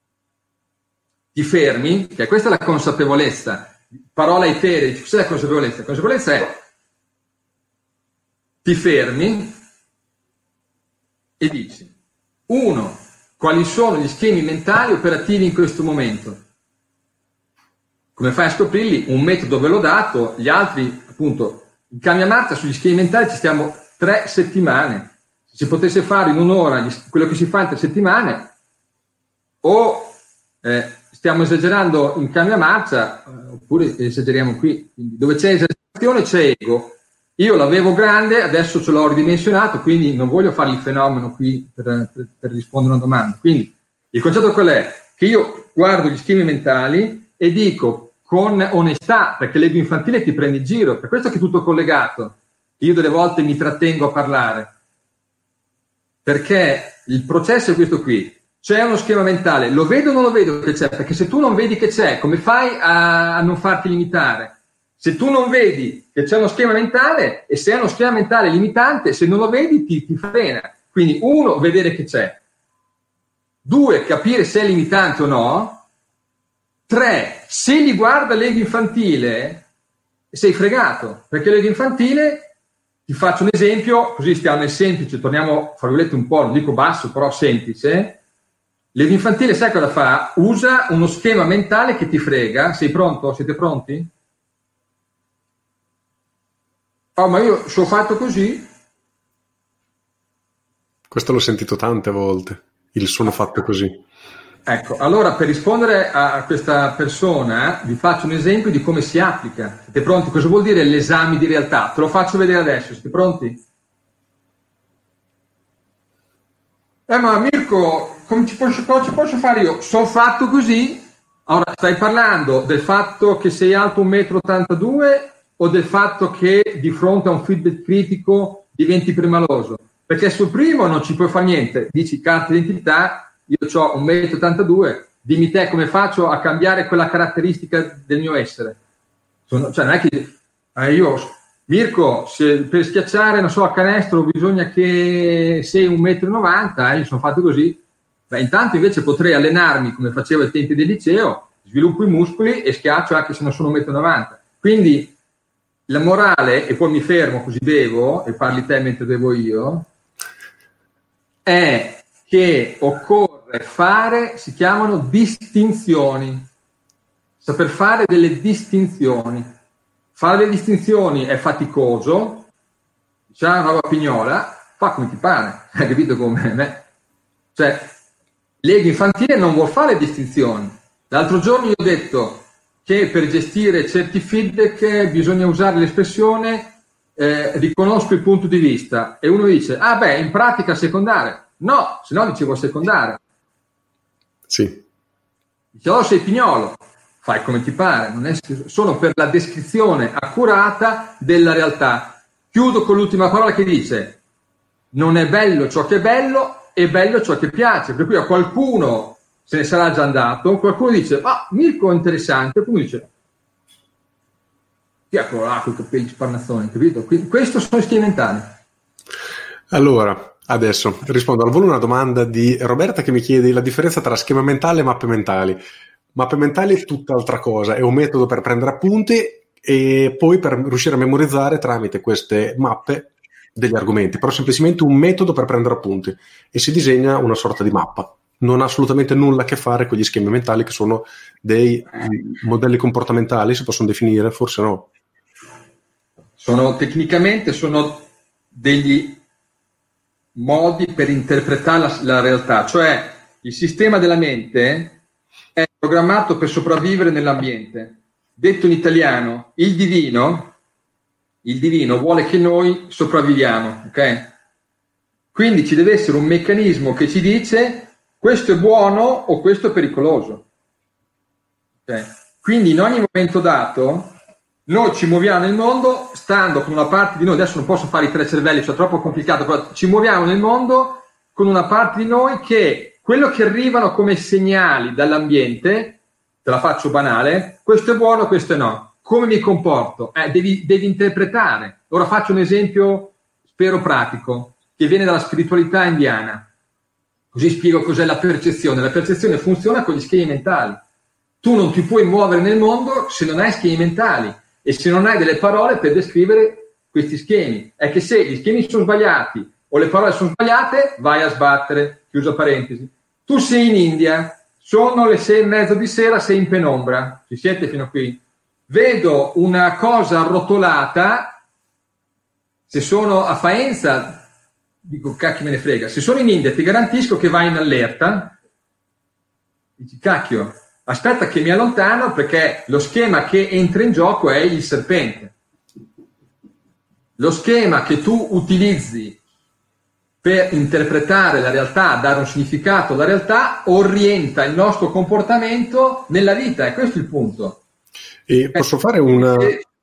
Ti fermi, che questa è la consapevolezza, parola eterea. Cos'è la consapevolezza? La consapevolezza è: ti fermi e dici: 1, quali sono gli schemi mentali operativi in questo momento? Come fai a scoprirli? Un metodo ve l'ho dato, gli altri, appunto, in cambia marcia sugli schemi mentali ci stiamo 3 settimane. Se si potesse fare in un'ora quello che si fa in 3 settimane, o stiamo esagerando in cambia marcia, oppure esageriamo qui. Quindi, dove c'è esagerazione c'è ego. Io l'avevo grande, adesso ce l'ho ridimensionato, quindi non voglio fare il fenomeno qui per rispondere a una domanda. Quindi il concetto qual è? Che io guardo gli schemi mentali e dico con onestà, perché l'ego infantile ti prende in giro, per questo che è tutto collegato. Io delle volte mi trattengo a parlare, perché il processo è questo qui: c'è uno schema mentale, lo vedo o non lo vedo che c'è? Perché se tu non vedi che c'è, come fai a non farti limitare? Se tu non vedi che c'è uno schema mentale, e se è uno schema mentale limitante, se non lo vedi ti frena. Quindi 1, vedere che c'è; 2, capire se è limitante o no; 3, se li guarda l'ego infantile sei fregato, perché l'ego infantile, ti faccio un esempio, così stiamo nel semplice, torniamo, fra virgolette, un po', non dico basso, però semplice. L'ego infantile sai cosa fa? Usa uno schema mentale che ti frega. Sei pronto? Siete pronti? Oh, ma io sono fatto così. Questo l'ho sentito tante volte, il sono fatto così. Ecco, allora per rispondere a questa persona vi faccio un esempio di come si applica. Siete pronti? Cosa vuol dire l'esame di realtà? Te lo faccio vedere adesso, siete pronti? Ma Mirko, come ci posso fare io? Sono fatto così. Ora, stai parlando del fatto che sei alto 1,82 m o del fatto che di fronte a un feedback critico diventi permaloso? Perché sul primo non ci puoi fare niente, dici carta d'identità, io ho 1,82 m, dimmi te come faccio a cambiare quella caratteristica del mio essere. Cioè non è che io Mirko, se per schiacciare, non so, a canestro bisogna che sei 1,90 m, io sono fatto così. Beh, intanto invece potrei allenarmi come facevo ai tempi del liceo, sviluppo i muscoli e schiaccio anche se non sono 1,90 m. Quindi la morale, e poi mi fermo così bevo e parli te mentre bevo io, è che occorre fare, si chiamano distinzioni, saper fare delle distinzioni. Fare le distinzioni è faticoso, c'è una roba pignola, fa come ti pare, hai capito come me? Cioè, l'ego infantile non vuol fare distinzioni. L'altro giorno io ho detto che per gestire certi feedback bisogna usare l'espressione riconosco il punto di vista, e uno dice, in pratica secondare. No, se no dicevo secondare. Sì. Dicevo, sei pignolo. Fai come ti pare, non è, sono per la descrizione accurata della realtà. Chiudo con l'ultima parola che dice: non è bello ciò che è bello ciò che piace. Per cui a qualcuno se ne sarà già andato, qualcuno dice Mirko è interessante, qualcuno dice chi è quello là con i capelli sparnazzoni, capito? Quindi, questo sono i schemi mentali. Allora, adesso rispondo al volo a una domanda di Roberta che mi chiede la differenza tra schema mentale e mappe mentali. Mappe mentali è tutt'altra cosa, è un metodo per prendere appunti e poi per riuscire a memorizzare tramite queste mappe degli argomenti, però semplicemente un metodo per prendere appunti e si disegna una sorta di mappa. Non ha assolutamente nulla a che fare con gli schemi mentali, che sono dei modelli comportamentali, si possono definire, forse no. Tecnicamente sono degli modi per interpretare la realtà, cioè il sistema della mente è programmato per sopravvivere nell'ambiente. Detto in italiano, il divino vuole che noi sopravviviamo, ok? Quindi ci deve essere un meccanismo che ci dice questo è buono o questo è pericoloso. Okay? Quindi in ogni momento dato noi ci muoviamo nel mondo stando con una parte di noi, adesso non posso fare i tre cervelli, cioè troppo complicato, però ci muoviamo nel mondo con una parte di noi che quello che arrivano come segnali dall'ambiente, te la faccio banale, questo è buono, questo è no. Come mi comporto? Devi interpretare. Ora faccio un esempio, spero pratico, che viene dalla spiritualità indiana. Così spiego cos'è la percezione. La percezione funziona con gli schemi mentali. Tu non ti puoi muovere nel mondo se non hai schemi mentali e se non hai delle parole per descrivere questi schemi. È che se gli schemi sono sbagliati o le parole sono sbagliate, vai a sbattere, chiusa parentesi. Tu sei in India, sono le 6:30 di sera, sei in penombra, ci siete fino a qui? Vedo una cosa arrotolata, se sono a Faenza, dico cacchio me ne frega, se sono in India ti garantisco che vai in allerta, dici cacchio, aspetta che mi allontano perché lo schema che entra in gioco è il serpente. Lo schema che tu utilizzi per interpretare la realtà, dare un significato alla realtà, orienta il nostro comportamento nella vita, e questo è il punto. E posso fare una...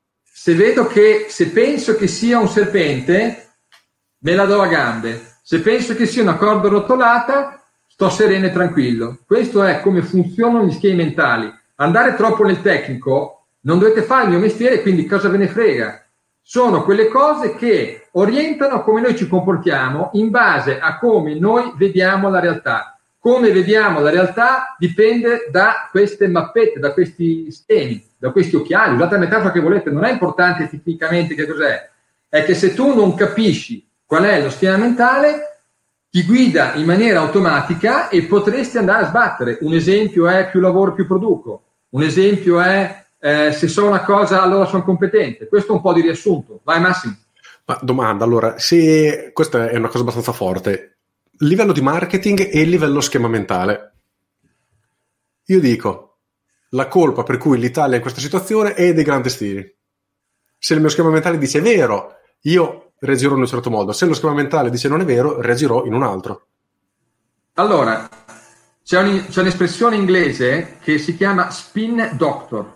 Se penso che sia un serpente, me la do a gambe. Se penso che sia una corda arrotolata, sto sereno e tranquillo. Questo è come funzionano gli schemi mentali. Andare troppo nel tecnico, non dovete fare il mio mestiere, quindi cosa ve ne frega? Sono quelle cose che orientano come noi ci comportiamo in base a come noi vediamo la realtà. Come vediamo la realtà dipende da queste mappette, da questi schemi, da questi occhiali. Usate la metafora che volete, non è importante tecnicamente che cos'è. È che se tu non capisci qual è lo schema mentale, ti guida in maniera automatica e potresti andare a sbattere. Un esempio è più lavoro più produco. Un esempio è se so una cosa allora sono competente. Questo è un po' di riassunto. Vai Massimo. Ma domanda, allora, se questa è una cosa abbastanza forte, livello di marketing e il livello schema mentale. Io dico, la colpa per cui l'Italia è in questa situazione è dei grandi stili. Se il mio schema mentale dice è vero, io reagirò in un certo modo. Se lo schema mentale dice non è vero, reagirò in un altro. Allora, c'è un'espressione inglese che si chiama spin doctor.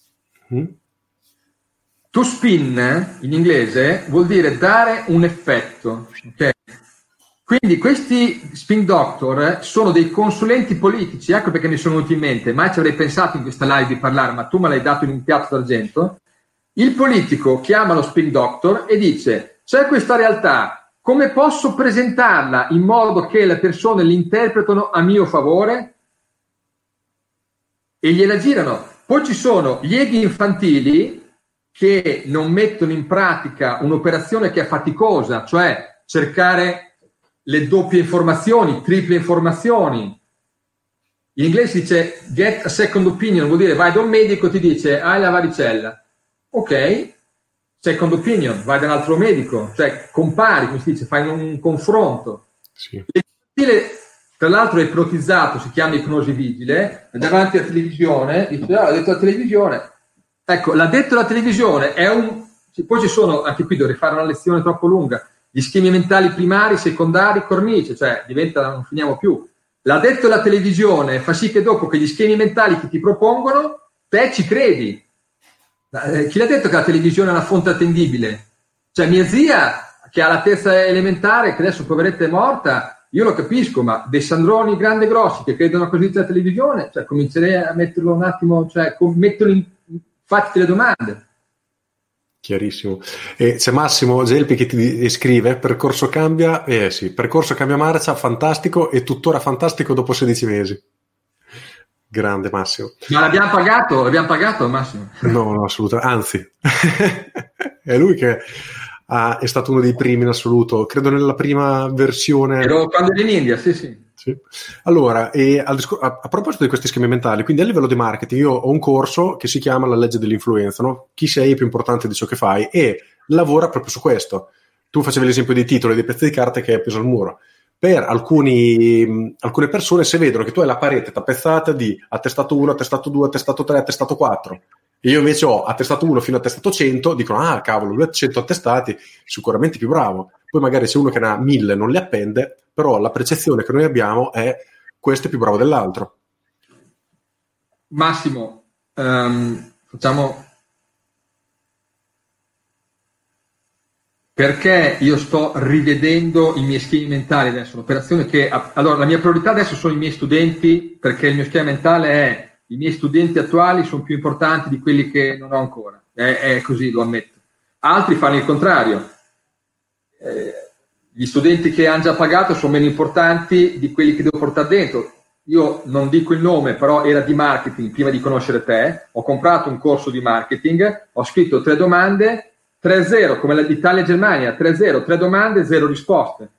To spin in inglese vuol dire dare un effetto, okay? Quindi questi spin doctor sono dei consulenti politici, ecco perché mi sono venuti in mente, mai ci avrei pensato in questa live di parlare, ma tu me l'hai dato in un piatto d'argento. Il politico chiama lo spin doctor e dice: c'è questa realtà, come posso presentarla in modo che le persone l'interpretano a mio favore? E gliela girano. Poi ci sono gli eghi infantili che non mettono in pratica un'operazione che è faticosa, cioè cercare le doppie informazioni, triple informazioni. In inglese si dice get a second opinion, vuol dire vai da un medico e ti dice hai la varicella. Ok, second opinion, vai da un altro medico, cioè compari, come si dice, fai un confronto. Sì. Tra l'altro è ipnotizzato, si chiama ipnosi vigile, è davanti alla televisione, dice l'ha detto la televisione. Ecco, l'ha detto la televisione, poi ci sono, anche qui dovrei fare una lezione troppo lunga, gli schemi mentali primari, secondari, cornice, cioè non finiamo più. L'ha detto la televisione, fa sì che dopo che gli schemi mentali che ti propongono, te ci credi. Chi l'ha detto che la televisione è una fonte attendibile? Cioè mia zia, che ha la terza elementare, che adesso poveretta è morta, io lo capisco, ma dei Sandroni grandi e grossi che credono così della televisione, cioè comincerei a metterlo un attimo, cioè fatti le domande. Chiarissimo. E c'è Massimo Gelpi che ti scrive: percorso cambia marcia, fantastico, e tuttora fantastico dopo 16 mesi. Grande Massimo. Ma l'abbiamo pagato Massimo? No, assolutamente, anzi è lui che è stato uno dei primi in assoluto, credo nella prima versione. Quando ero in India, sì. Allora, a proposito di questi schemi mentali, quindi a livello di marketing, io ho un corso che si chiama La legge dell'influenza, no? Chi sei è più importante di ciò che fai, e lavora proprio su questo. Tu facevi l'esempio dei titoli, dei pezzi di carta che hai appeso al muro. Per alcune persone, se vedono che tu hai la parete tappezzata di attestato 1, attestato 2, attestato 3, attestato 4, e io invece ho attestato 1 fino a attestato 100, dicono: ah cavolo, lui ha 100 attestati, sicuramente più bravo. Poi magari c'è uno che ne ha 1000 non li appende, però la percezione che noi abbiamo è questo è più bravo dell'altro. Massimo, facciamo... Perché io sto rivedendo i miei schemi mentali adesso, l'operazione che... Allora, la mia priorità adesso sono i miei studenti, perché il mio schema mentale è: i miei studenti attuali sono più importanti di quelli che non ho ancora. È così, lo ammetto. Altri fanno il contrario. Gli studenti che hanno già pagato sono meno importanti di quelli che devo portare dentro. Io non dico il nome, però era di marketing prima di conoscere te. Ho comprato un corso di marketing, ho scritto 3 domande, 3-0, come l'Italia e Germania, 3-0, 3 domande, 0 risposte.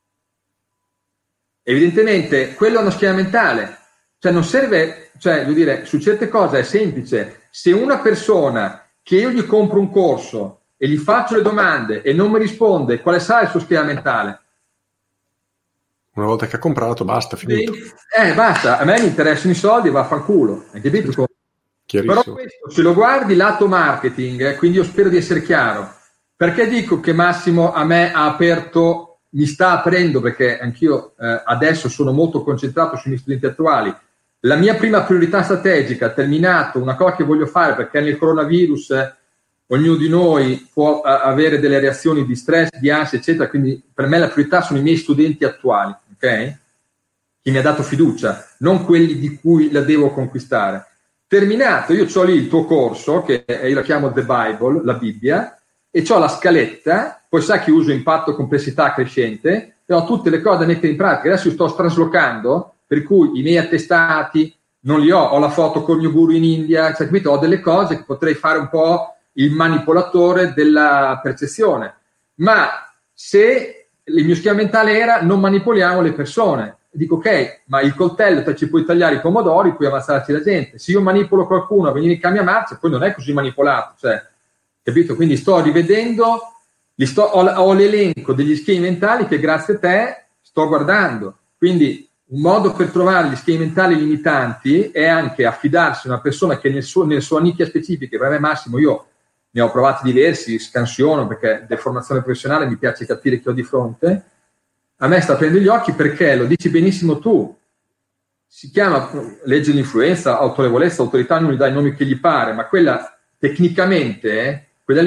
Evidentemente quello è uno schema mentale, cioè non serve, cioè voglio dire, su certe cose è semplice. Se una persona che io gli compro un corso e gli faccio le domande e non mi risponde, quale sarà il suo schema mentale? Una volta che ha comprato, basta, finito. Basta, a me mi interessano i soldi, vaffanculo, hai capito? Però questo, se lo guardi lato marketing, quindi io spero di essere chiaro, perché dico che Massimo a me ha aperto, mi sta aprendo, perché anch'io adesso sono molto concentrato sui miei studenti attuali. La mia prima priorità strategica, terminato, una cosa che voglio fare, perché nel coronavirus ognuno di noi può avere delle reazioni di stress, di ansia, eccetera, quindi per me la priorità sono i miei studenti attuali, ok? Chi mi ha dato fiducia, non quelli di cui la devo conquistare. Terminato, io ho lì il tuo corso, che io la chiamo The Bible, la Bibbia, e ho la scaletta, poi sai che uso impatto, complessità crescente, e ho tutte le cose da mettere in pratica. Adesso sto traslocando, per cui i miei attestati non li ho la foto con il mio guru in India, cioè, capito? Ho delle cose che potrei fare un po' il manipolatore della percezione. Ma se il mio schema mentale era: non manipoliamo le persone, dico ok, ma il coltello te ci puoi tagliare i pomodori, puoi ammazzarci la gente. Se io manipolo qualcuno a venire in cambia marcia, poi non è così manipolato, cioè, capito? Quindi sto rivedendo, ho l'elenco degli schemi mentali che grazie a te sto guardando. Quindi un modo per trovare gli schemi mentali limitanti è anche affidarsi a una persona che nel sua nicchia specifica. Per me Massimo, io ne ho provati diversi, scansiono, perché deformazione professionale mi piace capire chi ho di fronte. A me sta aprendo gli occhi, perché lo dici benissimo tu, si chiama legge dell'influenza, autorevolezza, autorità, non gli dà i nomi che gli pare, ma quella tecnicamente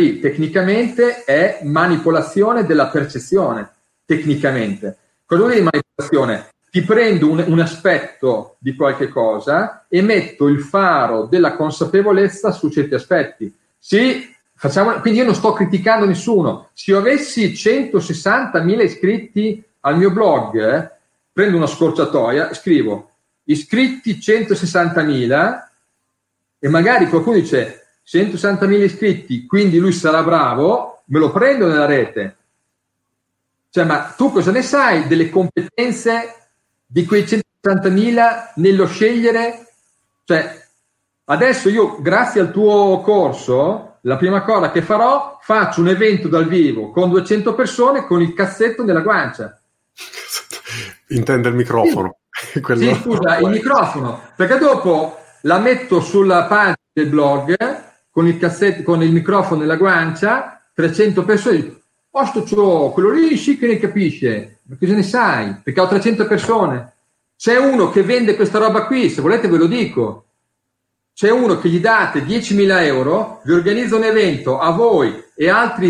è manipolazione della percezione, tecnicamente. Cosa vuol dire manipolazione? Ti prendo un aspetto di qualche cosa e metto il faro della consapevolezza su certi aspetti. Sì, quindi io non sto criticando nessuno. Se io avessi 160.000 iscritti al mio blog, prendo una scorciatoia, scrivo iscritti 160.000 e magari qualcuno dice 160.000 iscritti, quindi lui sarà bravo, me lo prendo nella rete. Cioè, ma tu cosa ne sai delle competenze di quei 160.000 nello scegliere? Cioè, adesso io, grazie al tuo corso, la prima cosa che farò, faccio un evento dal vivo con 200 persone con il cazzetto nella guancia. Intende il microfono. Sì, sì, scusa, il microfono, perché dopo la metto sulla pagina del blog con il cassetto, con il microfono nella guancia, 300 persone, quello lì sì che ne capisce, ma cosa ne sai? Perché ho 300 persone. C'è uno che vende questa roba qui, se volete ve lo dico. C'è uno che gli date 10.000 euro, vi organizza un evento a voi e altri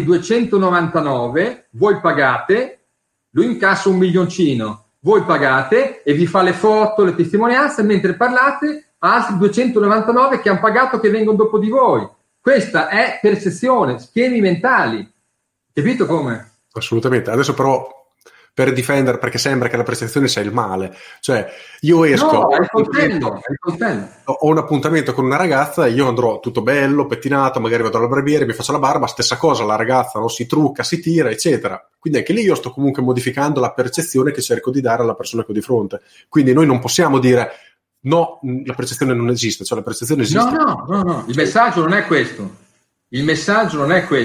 299, voi pagate, lui incassa 1 milioncino, voi pagate e vi fa le foto, le testimonianze, mentre parlate a altri 299 che hanno pagato, che vengono dopo di voi. Questa è percezione, schemi mentali. Capito come? Assolutamente. Adesso però, per difendere, perché sembra che la percezione sia il male. Cioè, io esco... No, è il coltello. Ho un appuntamento con una ragazza, io andrò tutto bello, pettinato, magari vado alla barbiere, mi faccio la barba, stessa cosa, la ragazza no, si trucca, si tira, eccetera. Quindi anche lì io sto comunque modificando la percezione che cerco di dare alla persona che ho di fronte. Quindi noi non possiamo dire no, la percezione non esiste, cioè la percezione esiste. No, il messaggio non è questo. Il messaggio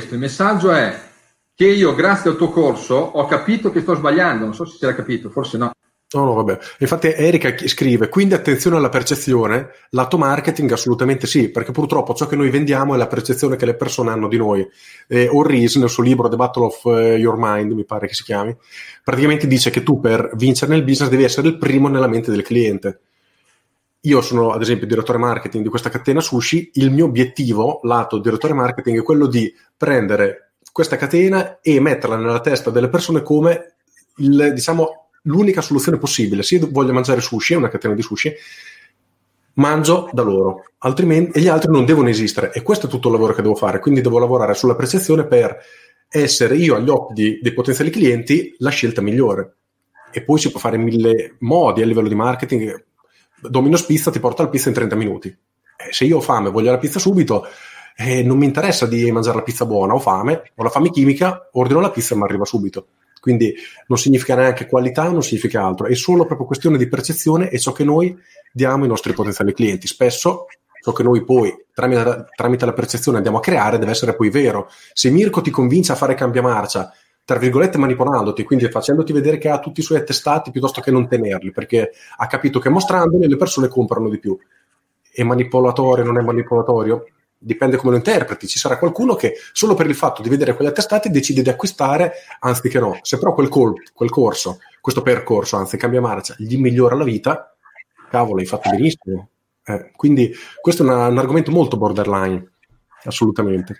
è che io, grazie al tuo corso, ho capito che sto sbagliando. Non so se si era capito, forse no. No, vabbè. Infatti Erika scrive, quindi attenzione alla percezione, lato marketing assolutamente sì, perché purtroppo ciò che noi vendiamo è la percezione che le persone hanno di noi. Orris, nel suo libro The Battle of Your Mind, mi pare che si chiami, praticamente dice che tu per vincere nel business devi essere il primo nella mente del cliente. Io sono ad esempio direttore marketing di questa catena sushi, il mio obiettivo, lato direttore marketing, è quello di prendere questa catena e metterla nella testa delle persone come l'unica soluzione possibile. Se io voglio mangiare sushi, è una catena di sushi, mangio da loro, altrimenti e gli altri non devono esistere, e questo è tutto il lavoro che devo fare. Quindi devo lavorare sulla percezione per essere io agli occhi dei potenziali clienti la scelta migliore. E poi si può fare in 1000 modi a livello di marketing. Domino's Pizza ti porta la pizza in 30 minuti. Se io ho fame e voglio la pizza subito, non mi interessa di mangiare la pizza buona, ho fame, ho la fame chimica, ordino la pizza e mi arriva subito. Quindi non significa neanche qualità, non significa altro, è solo proprio questione di percezione e ciò che noi diamo ai nostri potenziali clienti. Spesso ciò che noi poi tramite la percezione andiamo a creare deve essere poi vero. Se Mirko ti convince a fare cambiamarcia, tra virgolette manipolandoti, quindi facendoti vedere che ha tutti i suoi attestati piuttosto che non tenerli, perché ha capito che mostrandoli le persone comprano di più. È manipolatorio, non è manipolatorio? Dipende come lo interpreti. Ci sarà qualcuno che solo per il fatto di vedere quegli attestati decide di acquistare anziché no. Se però questo percorso, anzi cambia marcia, gli migliora la vita, cavolo, hai fatto benissimo. Quindi questo è un argomento molto borderline, assolutamente.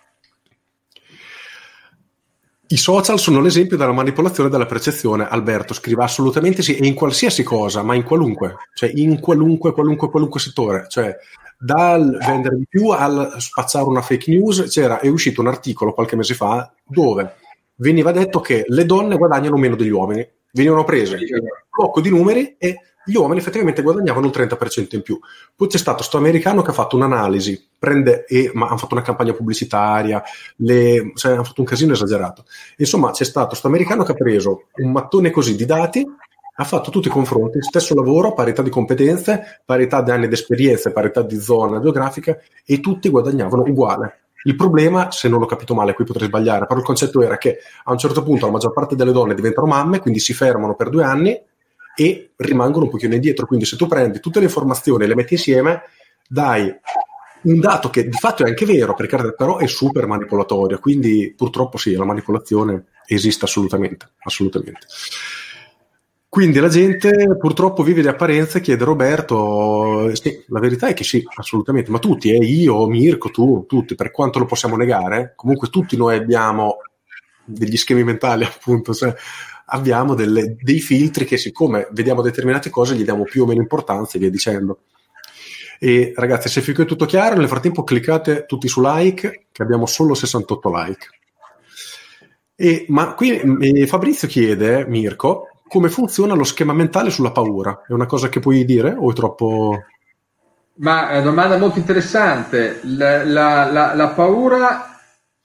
I social sono l'esempio della manipolazione della percezione. Alberto scrive assolutamente sì, e in qualsiasi cosa, ma in qualunque, cioè in qualunque settore, cioè dal vendere di più al spacciare una fake news. È uscito un articolo qualche mese fa dove veniva detto che le donne guadagnano meno degli uomini, venivano prese un blocco di numeri e gli uomini effettivamente guadagnavano il 30% in più. Poi c'è stato sto americano che ha fatto un'analisi, ma hanno fatto una campagna pubblicitaria, hanno fatto un casino esagerato. Insomma, c'è stato sto americano che ha preso un mattone così di dati, ha fatto tutti i confronti, stesso lavoro, parità di competenze, parità di anni di esperienze, parità di zona geografica, e tutti guadagnavano uguale. Il problema, se non ho capito male, qui potrei sbagliare, però il concetto era che a un certo punto la maggior parte delle donne diventano mamme, quindi si fermano per 2 anni e rimangono un pochino indietro. Quindi se tu prendi tutte le informazioni e le metti insieme, dai un dato che di fatto è anche vero, perché però è super manipolatorio. Quindi purtroppo sì, la manipolazione esiste assolutamente. Quindi la gente purtroppo vive di apparenze, chiede Roberto. Sì, la verità è che sì, assolutamente, ma tutti, io, Mirko, tu, tutti, per quanto lo possiamo negare, comunque tutti noi abbiamo degli schemi mentali, appunto, cioè abbiamo dei filtri che, siccome vediamo determinate cose, gli diamo più o meno importanza e via dicendo. E ragazzi, se finché è tutto chiaro, nel frattempo cliccate tutti su like, che abbiamo solo 68 like. Ma qui Fabrizio chiede, Mirko, come funziona lo schema mentale sulla paura? È una cosa che puoi dire o è troppo... Ma è una domanda molto interessante. La paura,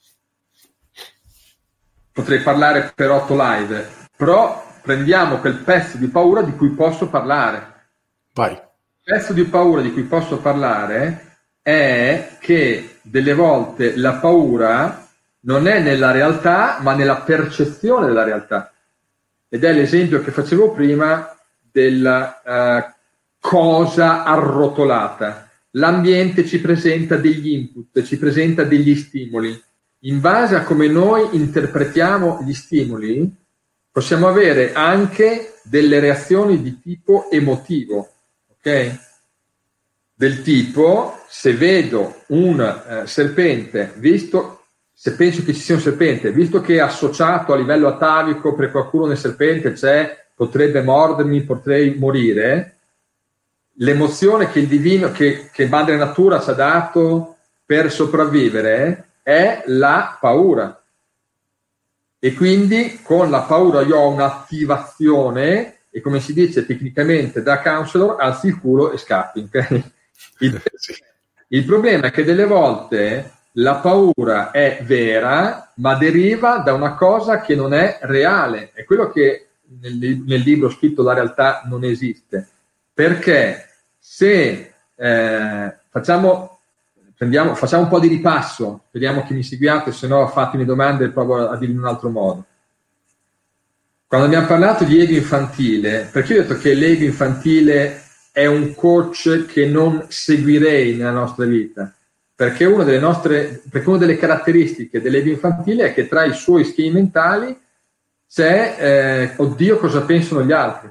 potrei parlare per 8 live, però prendiamo quel pezzo di paura di cui posso parlare. Vai. Il pezzo di paura di cui posso parlare è che delle volte la paura non è nella realtà, ma nella percezione della realtà. Ed è l'esempio che facevo prima della cosa arrotolata. L'ambiente ci presenta degli input, ci presenta degli stimoli. In base a come noi interpretiamo gli stimoli, possiamo avere anche delle reazioni di tipo emotivo, ok? Del tipo, se vedo un serpente, se penso che ci sia un serpente, visto che è associato a livello atavico per qualcuno nel serpente potrebbe mordermi, potrei morire, l'emozione che il divino, che Madre Natura ci ha dato per sopravvivere è la paura. E quindi con la paura io ho un'attivazione e, come si dice tecnicamente da counselor, alzi il culo e scappi. Okay? Il problema è che delle volte la paura è vera, ma deriva da una cosa che non è reale. È quello che nel libro scritto La realtà non esiste. Perché se facciamo un po' di ripasso, speriamo che mi seguiate, se no fatemi domande e provo a dirvi in un altro modo. Quando abbiamo parlato di ego infantile, perché io ho detto che l'ego infantile è un coach che non seguirei nella nostra vita? Perché una delle caratteristiche dell'ego infantile è che tra i suoi schemi mentali c'è oddio, cosa pensano gli altri.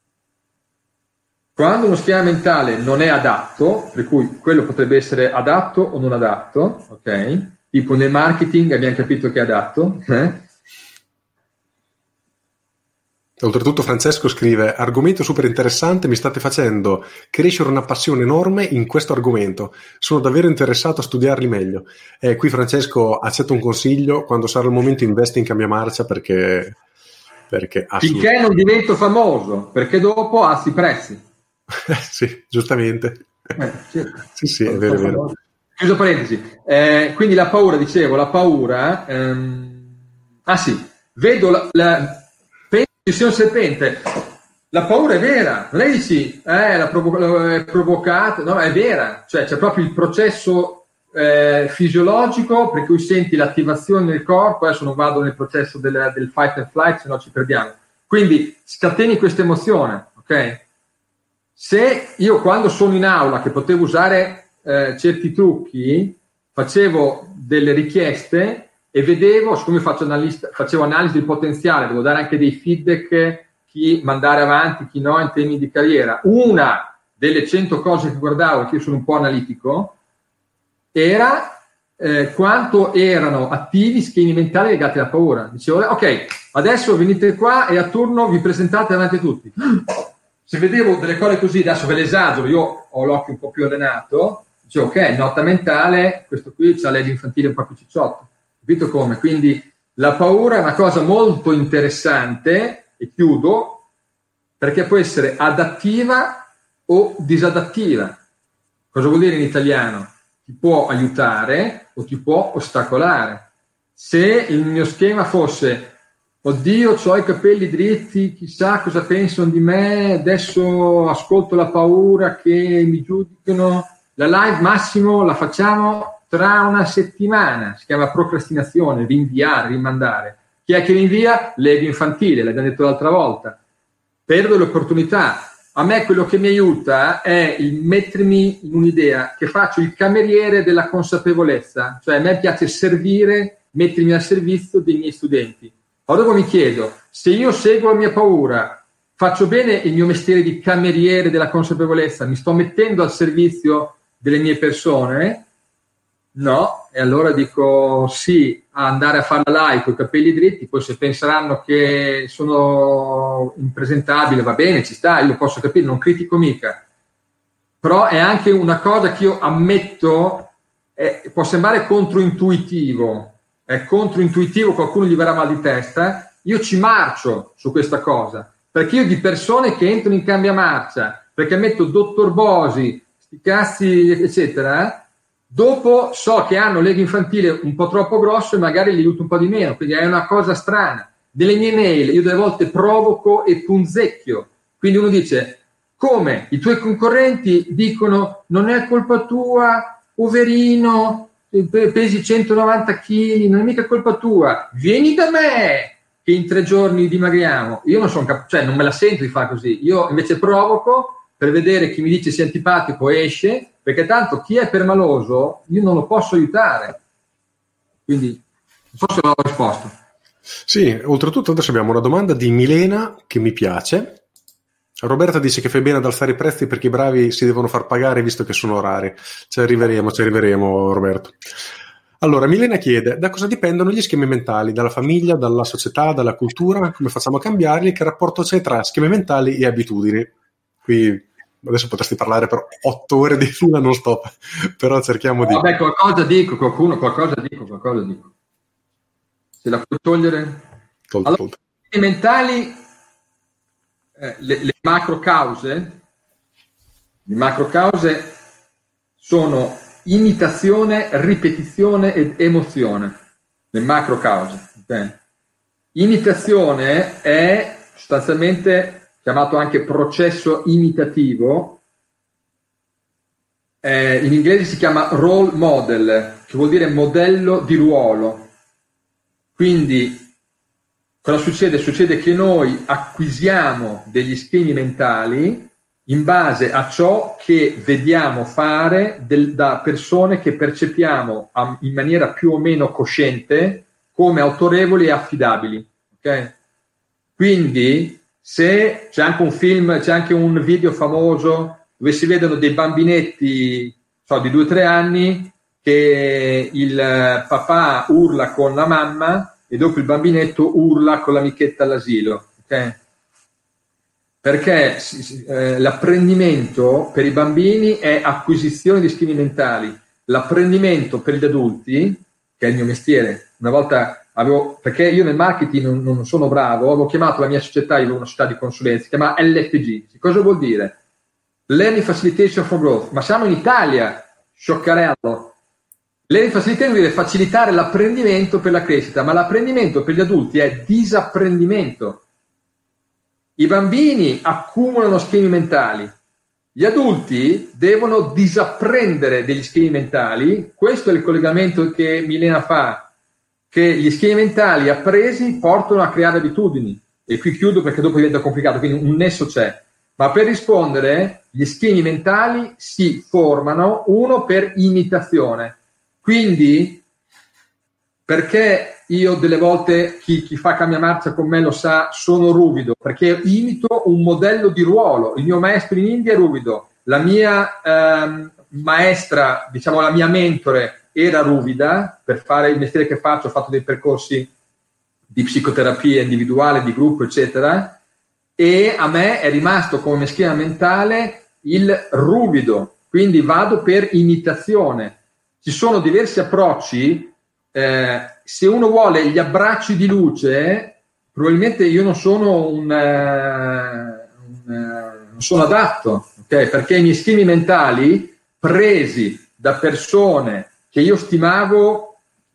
Quando uno schema mentale non è adatto, per cui quello potrebbe essere adatto o non adatto, ok? Tipo nel marketing abbiamo capito che è adatto. Oltretutto Francesco scrive: argomento super interessante, mi state facendo crescere una passione enorme in questo argomento, sono davvero interessato a studiarli meglio. Qui Francesco accetta un consiglio: quando sarà il momento investi in Cambia Marcia, perché finché non divento famoso, perché dopo alzi i prezzi. Sì, giustamente. Sì, è vero, è vero. Chiuso parentesi. Quindi la paura, vedo penso che sia un serpente. La paura è vera, non è che dici è provocata, no, è vera, cioè c'è proprio il processo fisiologico per cui senti l'attivazione del corpo. Adesso non vado nel processo del fight and flight, se no ci perdiamo. Quindi scateni questa emozione, ok? Se io, quando sono in aula, che potevo usare certi trucchi, facevo delle richieste e vedevo, siccome facevo analisi del potenziale, devo dare anche dei feedback, chi mandare avanti, chi no, in termini di carriera. Una delle 100 cose che guardavo, perché io sono un po' analitico, era quanto erano attivi schemi mentali legati alla paura. Dicevo, ok, adesso venite qua e a turno vi presentate davanti a tutti. Se vedevo delle cose così, adesso ve le esagero, io ho l'occhio un po' più allenato, dicevo, ok, nota mentale, questo qui c'ha l'ego infantile un po' più cicciotto. Capito come? Quindi la paura è una cosa molto interessante, e chiudo, perché può essere adattiva o disadattiva. Cosa vuol dire in italiano? Ti può aiutare o ti può ostacolare. Se il mio schema fosse oddio, ho i capelli dritti, chissà cosa pensano di me, adesso ascolto la paura che mi giudicano, la live massimo la facciamo tra una settimana, si chiama procrastinazione, rinviare, rimandare. Chi è che rinvia? L'ego infantile, l'abbiamo detto l'altra volta. Perdo l'opportunità. A me quello che mi aiuta è il mettermi in un'idea, che faccio il cameriere della consapevolezza, cioè a me piace servire, mettermi al servizio dei miei studenti. Allora mi chiedo, se io seguo la mia paura, faccio bene il mio mestiere di cameriere della consapevolezza, mi sto mettendo al servizio delle mie persone? No, e allora dico sì a andare a fare la live con i capelli dritti, poi se penseranno che sono impresentabile, va bene, ci sta, io lo posso capire, non critico mica. però è anche una cosa che io ammetto, può sembrare controintuitivo, è controintuitivo, qualcuno gli verrà mal di testa, io ci marcio su questa cosa, perché io di persone che entrano in cambiamarcia, perché metto dottor Bosi, sti cazzi, eccetera, dopo so che hanno l'ego infantile un po' troppo grosso e magari li aiuto un po' di meno, quindi è una cosa strana. Delle mie mail io delle volte provoco e punzecchio, quindi uno dice: come i tuoi concorrenti dicono non è colpa tua, poverino, pesi 190 kg, non è mica colpa tua, vieni da me che in 3 giorni dimagriamo. Io non sono cioè non me la sento di fare così, io invece provoco per vedere chi mi dice sia antipatico esce, perché tanto chi è permaloso io non lo posso aiutare. Quindi forse l'ho risposto. Sì, oltretutto adesso abbiamo una domanda di Milena che mi piace. Roberta dice che fai bene ad alzare i prezzi perché i bravi si devono far pagare visto che sono rari. Ci arriveremo Roberto. Allora, Milena chiede: da cosa dipendono gli schemi mentali? Dalla famiglia, dalla società, dalla cultura? Come facciamo a cambiarli? Che rapporto c'è tra schemi mentali e abitudini? Qui adesso potresti parlare per 8 ore di fila non stop, però cerchiamo di... Vabbè, qualcosa dico. Se la puoi togliere? Allora, gli schemi mentali, le macro cause sono imitazione, ripetizione ed emozione. Le macro cause. Okay? Imitazione è sostanzialmente chiamato anche processo imitativo, in inglese si chiama role model, che vuol dire modello di ruolo. Quindi cosa succede? Succede che noi acquisiamo degli schemi mentali in base a ciò che vediamo fare da persone che percepiamo in maniera più o meno cosciente come autorevoli e affidabili. Okay? Quindi se c'è anche un film, c'è anche un video famoso dove si vedono dei bambinetti di 2-3 anni che il papà urla con la mamma e dopo il bambinetto urla con l'amichetta all'asilo, okay? Perché l'apprendimento per i bambini è acquisizione di schemi mentali, l'apprendimento per gli adulti, che è il mio mestiere, una volta perché io nel marketing non sono bravo, avevo chiamato la mia società, io avevo una società di consulenza, si chiama LFG. Cosa vuol dire? Learning Facilitation for Growth. Ma siamo in Italia, scioccarello. Learning Facilitation vuol dire facilitare l'apprendimento per la crescita, ma l'apprendimento per gli adulti è disapprendimento. I bambini accumulano schemi mentali, gli adulti devono disapprendere degli schemi mentali. Questo è il collegamento che Milena fa, che gli schemi mentali appresi portano a creare abitudini. E qui chiudo perché dopo diventa complicato, quindi un nesso c'è. Ma per rispondere, gli schemi mentali si formano, uno per imitazione. Quindi, perché io delle volte, chi fa cambiamarcia con me lo sa, sono ruvido? Perché imito un modello di ruolo. Il mio maestro in India è ruvido, la mia maestra, diciamo la mia mentore, era ruvida. Per fare il mestiere che faccio ho fatto dei percorsi di psicoterapia individuale, di gruppo, eccetera, e a me è rimasto come schema mentale il ruvido, quindi vado per imitazione. Ci sono diversi approcci, se uno vuole gli abbracci di luce, probabilmente io non sono non sono adatto, okay? Perché i miei schemi mentali presi da persone che io stimavo,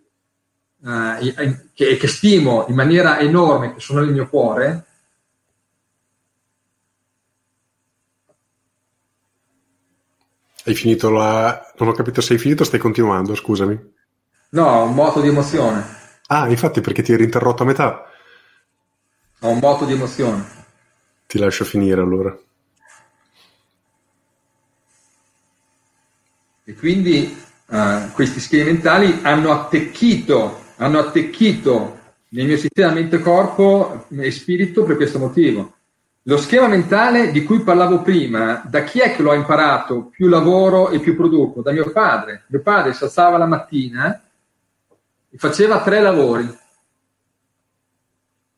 che stimo in maniera enorme, che sono nel mio cuore. Hai finito non ho capito se hai finito o stai continuando, scusami. No, un moto di emozione. Ah, infatti, perché ti eri interrotto a metà. Ho un moto di emozione. Ti lascio finire allora. E quindi questi schemi mentali hanno attecchito nel mio sistema mente-corpo e spirito per questo motivo. Lo schema mentale di cui parlavo prima, da chi è che l'ho imparato? Più lavoro e più produco? Da mio padre. Mio padre si alzava la mattina e faceva 3 lavori.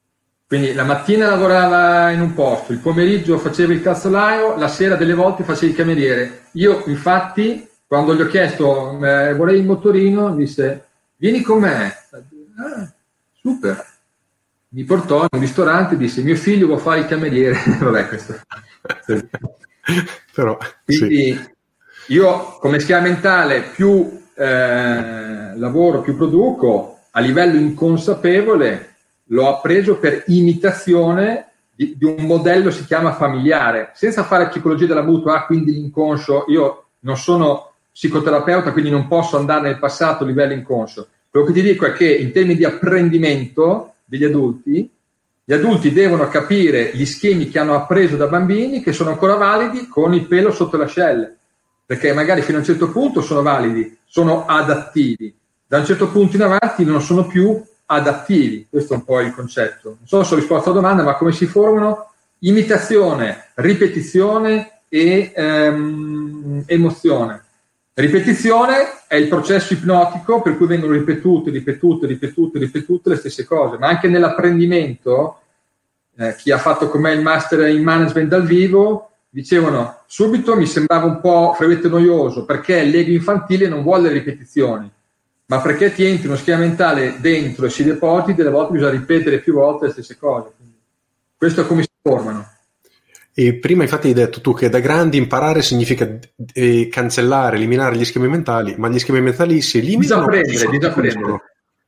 Quindi la mattina lavorava in un posto, il pomeriggio faceva il calzolaio, la sera delle volte faceva il cameriere. Io infatti, quando gli ho chiesto vorrei il motorino, mi disse vieni con me. Super. Mi portò in un ristorante e disse mio figlio vuole fare il cameriere. Vabbè, questo. Però, quindi sì. Io come schema mentale più lavoro, più produco, a livello inconsapevole l'ho appreso per imitazione di un modello, si chiama familiare, senza fare psicologia della mutua, quindi l'inconscio. Io non sono psicoterapeuta, quindi non posso andare nel passato a livello inconscio. Quello che ti dico è che in termini di apprendimento degli adulti, gli adulti devono capire gli schemi che hanno appreso da bambini, che sono ancora validi, con il pelo sotto le ascelle, perché magari fino a un certo punto sono validi, sono adattivi, da un certo punto in avanti non sono più adattivi. Questo è un po' il concetto. Non so se ho risposto alla domanda, ma come si formano? Imitazione, ripetizione e emozione. Ripetizione è il processo ipnotico per cui vengono ripetute le stesse cose, ma anche nell'apprendimento, chi ha fatto con me il master in management dal vivo, dicevano subito mi sembrava un po' frequente noioso, perché l'ego infantile non vuole ripetizioni, ma perché ti entri uno schema mentale dentro e si depositi, delle volte bisogna ripetere più volte le stesse cose. Quindi, questo è come si formano. E prima infatti hai detto tu che da grandi imparare significa cancellare, eliminare gli schemi mentali, ma gli schemi mentali si eliminano? Disaprendere.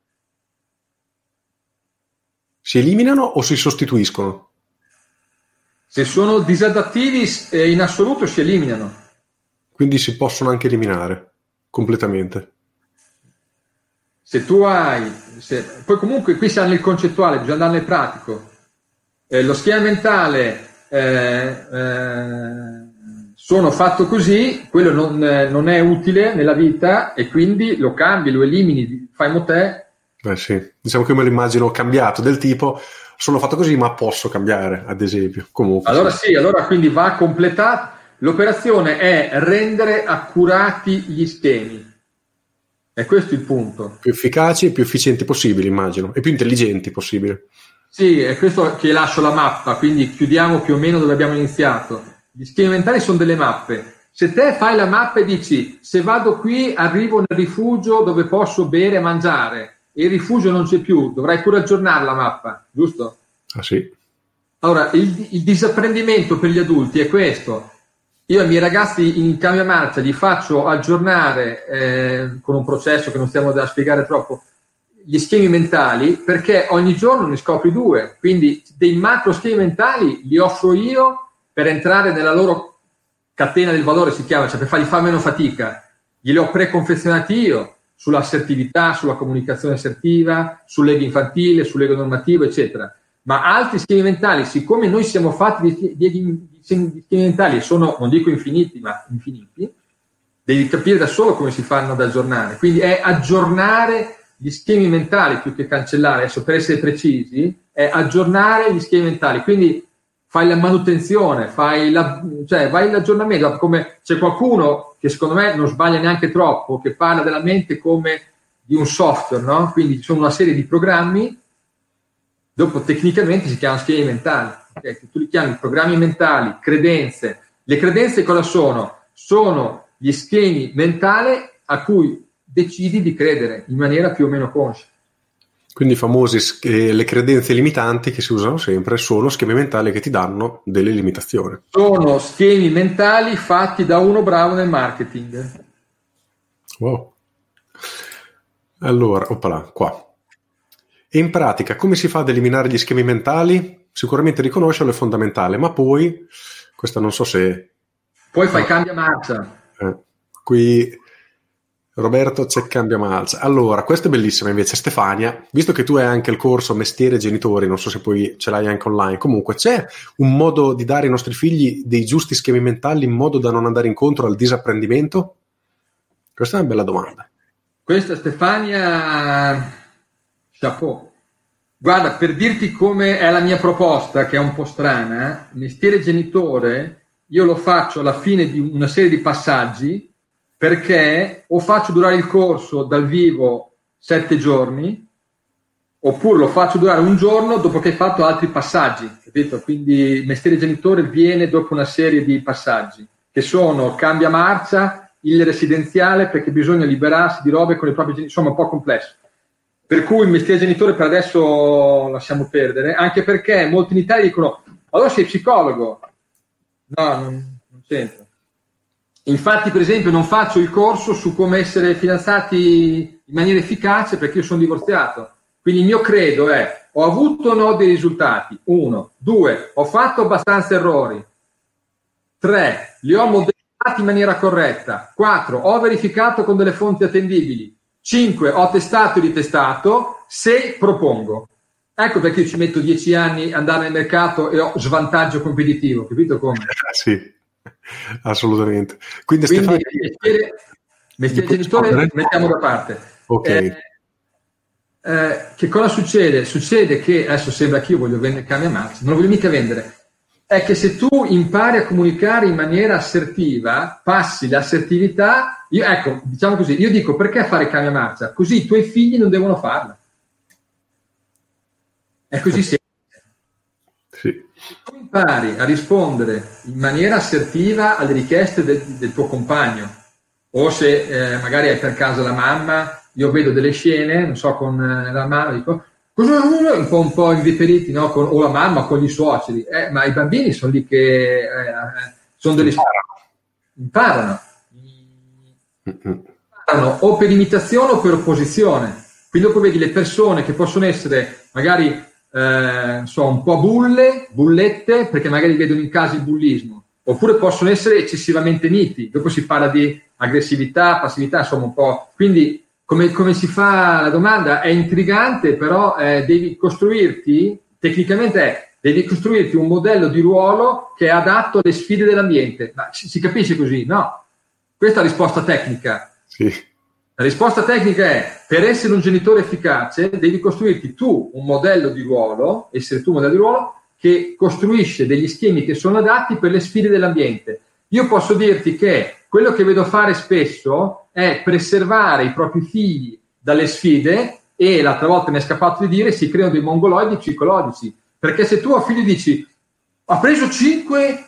Si eliminano o si sostituiscono? Se sono disadattivi in assoluto si eliminano. Quindi si possono anche eliminare completamente. Se tu hai... poi comunque qui siamo nel concettuale, bisogna andare nel pratico. Lo schema mentale... sono fatto così, quello non è utile nella vita e quindi lo cambi, lo elimini, fai mo te. Sì, diciamo che me lo immagino cambiato, del tipo sono fatto così ma posso cambiare, ad esempio. Comunque, allora sì, allora quindi va completato. L'operazione è rendere accurati gli schemi, e questo è il punto. Più efficaci e più efficienti possibili, immagino, e più intelligenti possibile. Sì, è questo che lascio la mappa, quindi chiudiamo più o meno dove abbiamo iniziato. Gli schemi mentali sono delle mappe. Se te fai la mappa e dici se vado qui arrivo nel rifugio dove posso bere e mangiare e il rifugio non c'è più, dovrai pure aggiornare la mappa, giusto? Ah sì. Allora, il disapprendimento per gli adulti è questo. Io ai miei ragazzi in cambio marcia li faccio aggiornare con un processo che non stiamo da spiegare troppo, gli schemi mentali, perché ogni giorno ne scopri due, quindi dei macro schemi mentali li offro io per entrare nella loro catena del valore, si chiama, cioè per fargli fare meno fatica. Glieli ho preconfezionati io sull'assertività, sulla comunicazione assertiva, sull'ego infantile, sull'ego normativo, eccetera. Ma altri schemi mentali, siccome noi siamo fatti di schemi mentali, sono, non dico infiniti, ma infiniti, devi capire da solo come si fanno ad aggiornare. Quindi è aggiornare gli schemi mentali più che cancellare. Adesso, per essere precisi, è aggiornare gli schemi mentali. Quindi fai la manutenzione, vai l'aggiornamento. Come c'è qualcuno che secondo me non sbaglia neanche troppo, che parla della mente come di un software, no? Quindi ci sono una serie di programmi, dopo tecnicamente si chiamano schemi mentali, okay? Tu li chiami programmi mentali, credenze. Le credenze cosa sono? Sono gli schemi mentali a cui decidi di credere in maniera più o meno conscia. Quindi i famosi le credenze limitanti che si usano sempre sono schemi mentali che ti danno delle limitazioni. Sono schemi mentali fatti da uno bravo nel marketing. Wow. Allora, qua. E in pratica come si fa ad eliminare gli schemi mentali? Sicuramente riconoscerlo è fondamentale, ma poi, questa non so se... Poi fai cambia marcia. Qui... Roberto c'è cambia marcia. Allora, questa è bellissima invece, Stefania, visto che tu hai anche il corso Mestiere Genitori, non so se poi ce l'hai anche online, comunque c'è un modo di dare ai nostri figli dei giusti schemi mentali in modo da non andare incontro al disapprendimento? Questa è una bella domanda. Questa Stefania, chapeau. Guarda, per dirti come è la mia proposta, che è un po' strana, Mestiere Genitore, io lo faccio alla fine di una serie di passaggi, perché o faccio durare il corso dal vivo 7 giorni oppure lo faccio durare un giorno dopo che hai fatto altri passaggi, capito? Quindi il mestiere genitore viene dopo una serie di passaggi che sono cambia marcia, il residenziale, perché bisogna liberarsi di robe con i propri genitori, insomma un po' complesso. Per cui il mestiere genitore per adesso lasciamo perdere, anche perché molti in Italia dicono allora sei psicologo. No, non c'entra. Infatti, per esempio, non faccio il corso su come essere fidanzati in maniera efficace perché io sono divorziato. Quindi il mio credo è: ho avuto o no dei risultati? 1. 2. Ho fatto abbastanza errori. 3. Li ho modellati in maniera corretta. 4. Ho verificato con delle fonti attendibili. 5. Ho testato e ritestato. 6. Propongo. Ecco perché io ci metto 10 anni ad andare nel mercato e ho svantaggio competitivo, capito come? Sì, assolutamente. Quindi Stefano, mestiere genitore mettiamo da parte. Ok. Che cosa succede? Succede che, adesso sembra che io voglio vendere cambia marcia, non lo voglio mica vendere, è che se tu impari a comunicare in maniera assertiva, passi l'assertività, ecco, diciamo così, io dico perché fare cambia marcia? Così i tuoi figli non devono farla. È così semplice. Sì. Se tu impari a rispondere in maniera assertiva alle richieste del tuo compagno, o se magari hai per casa la mamma, io vedo delle scene, non so, con la mamma, dico, un po' inviperiti, no? O la mamma con gli suoceri, ma i bambini sono lì che sono delle imparano o per imitazione o per opposizione. Quindi dopo vedi le persone che possono essere magari un po' bullette, perché magari vedono in casa il bullismo, oppure possono essere eccessivamente miti. Dopo si parla di aggressività, passività, insomma un po'. Quindi come si fa la domanda? È intrigante, però devi costruirti, tecnicamente devi costruirti un modello di ruolo che è adatto alle sfide dell'ambiente. Ma si capisce così? No. Questa è la risposta tecnica. Sì. La risposta tecnica è: per essere un genitore efficace devi costruirti tu un modello di ruolo, essere tu un modello di ruolo che costruisce degli schemi che sono adatti per le sfide dell'ambiente. Io posso dirti che quello che vedo fare spesso è preservare i propri figli dalle sfide, e l'altra volta mi è scappato di dire si creano dei mongoloidi psicologici, perché se tu a figlio dici ha preso 5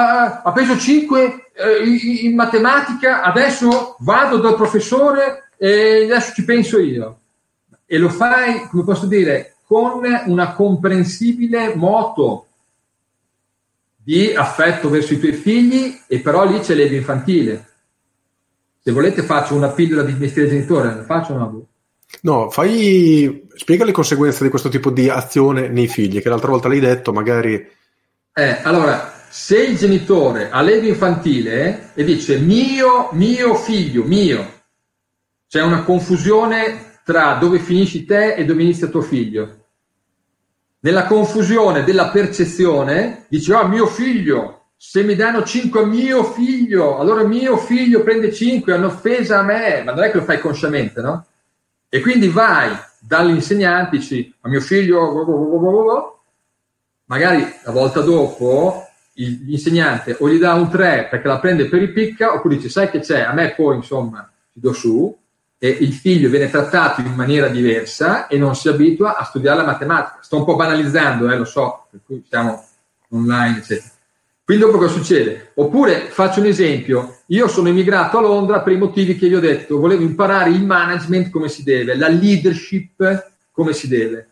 in matematica, adesso vado dal professore e adesso ci penso io, e lo fai, come posso dire, con una comprensibile moto di affetto verso i tuoi figli, e però lì c'è l'ego infantile. Se volete faccio una pillola di mestiere genitore, la faccio o no? No, spiega le conseguenze di questo tipo di azione nei figli, che l'altra volta l'hai detto, magari. Allora, se il genitore ha l'ego infantile e dice mio figlio, c'è una confusione tra dove finisci te e dove inizia tuo figlio. Nella confusione della percezione dici mio figlio, se mi danno 5 a mio figlio, allora mio figlio prende 5, è un'offesa a me, ma non è che lo fai consciamente, no? E quindi vai dall'insegnante, dici a mio figlio, magari la volta dopo l'insegnante o gli dà un 3 perché la prende per ripicca, oppure dice sai che c'è, a me poi insomma ti do su, e il figlio viene trattato in maniera diversa e non si abitua a studiare la matematica. Sto un po' banalizzando, lo so, per cui siamo online, eccetera. Quindi dopo cosa succede? Oppure faccio un esempio: io sono emigrato a Londra per i motivi che vi ho detto, volevo imparare il management come si deve, la leadership come si deve.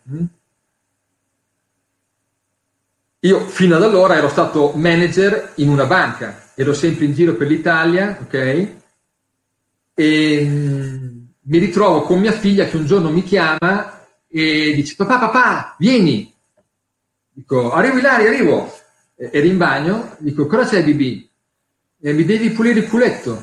Io fino ad allora ero stato manager in una banca, ero sempre in giro per l'Italia, ok? E mi ritrovo con mia figlia che un giorno mi chiama e dice papà, vieni. Dico, arrivo. Ero in bagno, dico, cosa c'è Bibi? Mi devi pulire il culetto.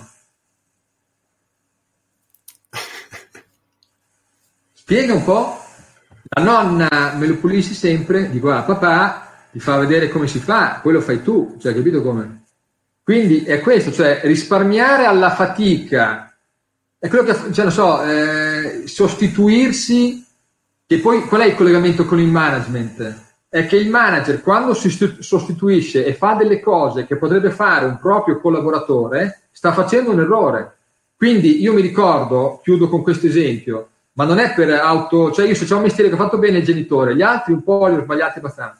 Spiega un po'. La nonna me lo pulisci sempre, dico, papà ti fa vedere come si fa, poi lo fai tu, cioè, capito come? Quindi è questo, cioè risparmiare alla fatica. È quello che, cioè, non so, sostituirsi, che poi qual è il collegamento con il management? È che il manager, quando si sostituisce e fa delle cose che potrebbe fare un proprio collaboratore, sta facendo un errore. Quindi io mi ricordo, chiudo con questo esempio, ma non è per cioè io se c'è un mestiere che ho fatto bene il genitore, gli altri un po' li ho sbagliati abbastanza.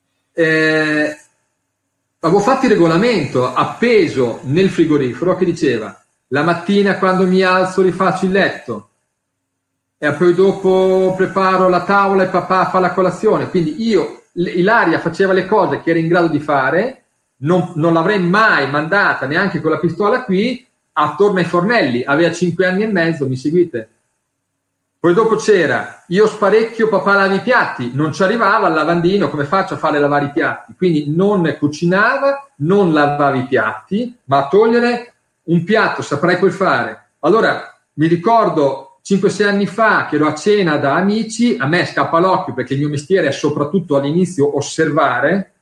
Avevo fatto il regolamento appeso nel frigorifero che diceva: la mattina quando mi alzo rifaccio il letto e poi dopo preparo la tavola e papà fa la colazione. Quindi Ilaria faceva le cose che era in grado di fare, non l'avrei mai mandata neanche con la pistola qui attorno ai fornelli, aveva 5 anni e mezzo, mi seguite? Poi dopo c'era: io sparecchio, papà lava i piatti, non ci arrivava al lavandino, come faccio a fare lavare i piatti? Quindi non cucinava, non lavava i piatti, ma a togliere un piatto saprai poi fare. Allora mi ricordo 5-6 anni fa che ero a cena da amici, a me scappa l'occhio perché il mio mestiere è soprattutto all'inizio osservare.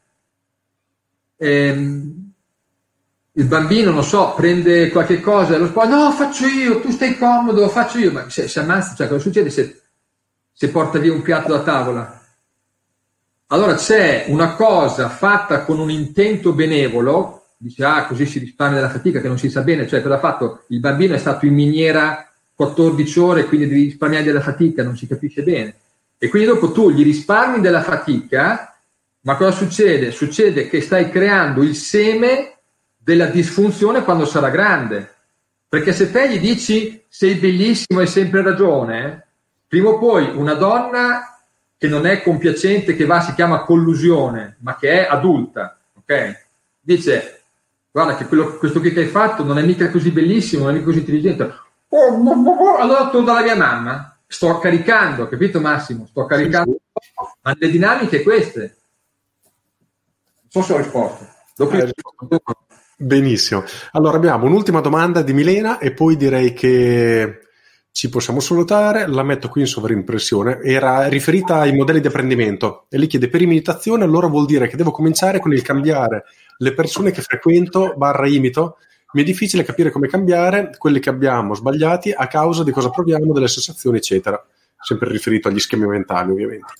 Il bambino, non so, prende qualche cosa e lo sposa: no, faccio io, tu stai comodo, faccio io. Ma se ammazza, cioè, cosa succede se porta via un piatto da tavola? Allora c'è una cosa fatta con un intento benevolo, dice così si risparmia della fatica, che non si sa bene, cioè cosa ha fatto? Il bambino è stato in miniera 14 ore, quindi devi risparmiare della fatica, non si capisce bene. E quindi dopo tu gli risparmi della fatica, ma cosa succede? Succede che stai creando il seme della disfunzione quando sarà grande, perché se te gli dici sei bellissimo, hai sempre ragione, prima o poi una donna che non è compiacente, che si chiama collusione, ma che è adulta, ok? Dice: guarda che questo che hai fatto non è mica così bellissimo, non è mica così intelligente. Allora torno dalla mia mamma, sto caricando, capito Massimo? Sto caricando, ma le dinamiche queste. Non so se ho risposto. Benissimo. Allora abbiamo un'ultima domanda di Milena e poi direi che ci possiamo salutare. La metto qui in sovraimpressione. Era riferita ai modelli di apprendimento e lì chiede: per imitazione allora vuol dire che devo cominciare con il cambiare le persone che frequento / imito? Mi è difficile capire come cambiare quelli che abbiamo sbagliati a causa di cosa proviamo, delle sensazioni eccetera. Sempre riferito agli schemi mentali, ovviamente.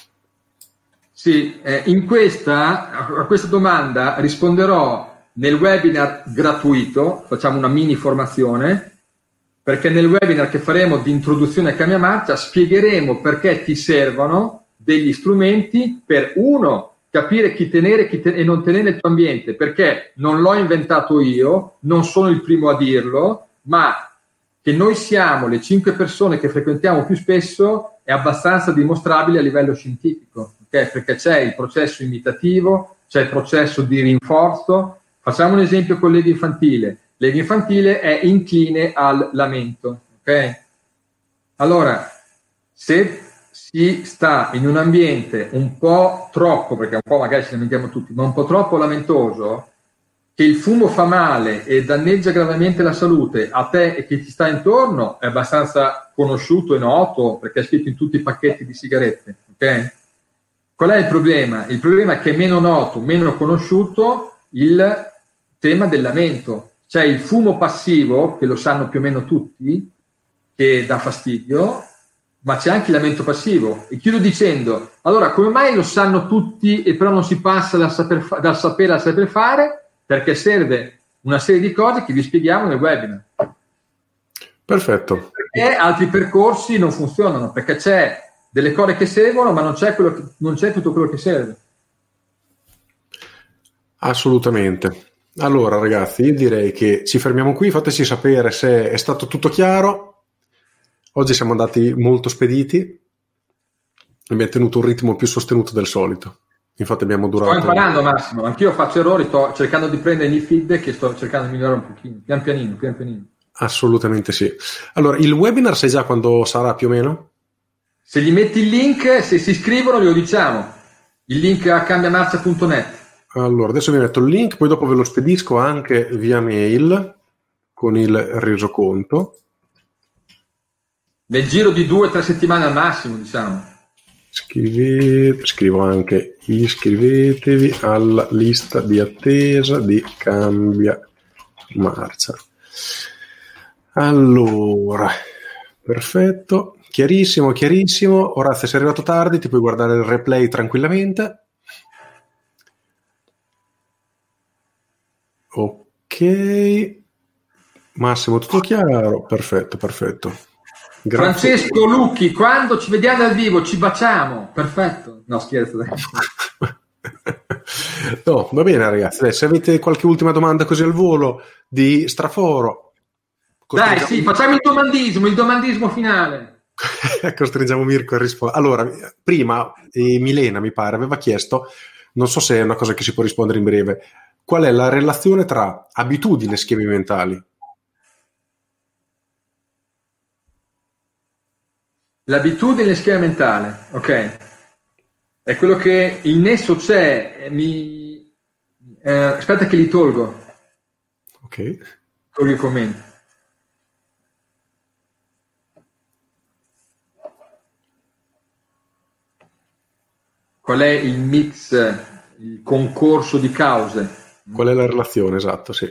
Sì, a questa domanda risponderò nel webinar gratuito. Facciamo una mini formazione, perché nel webinar che faremo di introduzione a Cambia Marcia spiegheremo perché ti servono degli strumenti per capire chi tenere e non tenere nel tuo ambiente, perché non l'ho inventato io, non sono il primo a dirlo, ma che noi siamo le 5 persone che frequentiamo più spesso è abbastanza dimostrabile a livello scientifico, okay? Perché c'è il processo imitativo, c'è il processo di rinforzo. Facciamo un esempio con l'ego infantile. L'ego infantile è incline al lamento, ok? Allora, se si sta in un ambiente un po' troppo, perché un po' magari ci lamentiamo tutti, ma un po' troppo lamentoso, che il fumo fa male e danneggia gravemente la salute a te e chi ti sta intorno, è abbastanza conosciuto e noto, perché è scritto in tutti i pacchetti di sigarette, ok? Qual è il problema? Il problema è che è meno noto, meno conosciuto il tema del lamento. C'è il fumo passivo, che lo sanno più o meno tutti, che dà fastidio, ma c'è anche il lamento passivo. E chiudo dicendo: allora, come mai lo sanno tutti e però non si passa dal sapere al saper fare? Perché serve una serie di cose che vi spieghiamo nel webinar. Perfetto. Perché altri percorsi non funzionano, perché c'è delle cose che servono, ma non c'è tutto quello che serve. Assolutamente. Allora ragazzi, io direi che ci fermiamo qui, fateci sapere se è stato tutto chiaro. Oggi siamo andati molto spediti, abbiamo tenuto un ritmo più sostenuto del solito. Infatti abbiamo durato... Sto imparando Massimo, anch'io faccio errori, sto cercando di prendere i feedback e sto cercando di migliorare un pochino, pian pianino. Assolutamente sì. Allora, il webinar sai già quando sarà più o meno? Se gli metti il link, se si iscrivono glielo diciamo, il link a cambiamarcia.net. Allora, adesso vi metto il link, poi dopo ve lo spedisco anche via mail con il resoconto. Nel giro di 2 o 3 settimane al massimo, diciamo. Scrivo anche: iscrivetevi alla lista di attesa di Cambia Marcia. Allora, perfetto, chiarissimo. Orazio, sei arrivato tardi, ti puoi guardare il replay tranquillamente. Ok, Massimo, tutto chiaro? Perfetto. Francesco Lucchi, quando ci vediamo dal vivo ci baciamo. Perfetto. No, scherzo. No, va bene ragazzi, se avete qualche ultima domanda così al volo di straforo, dai, sì, facciamo il domandismo finale. Costringiamo Mirko a rispondere. Allora, prima Milena mi pare aveva chiesto, non so se è una cosa che si può rispondere in breve, qual è la relazione tra abitudini e schemi mentali? L'abitudine e schema mentale, ok. È quello che il nesso c'è. Aspetta che li tolgo. Ok. Tolgo i commenti. Qual è il mix, il concorso di cause? Qual è la relazione, esatto, sì.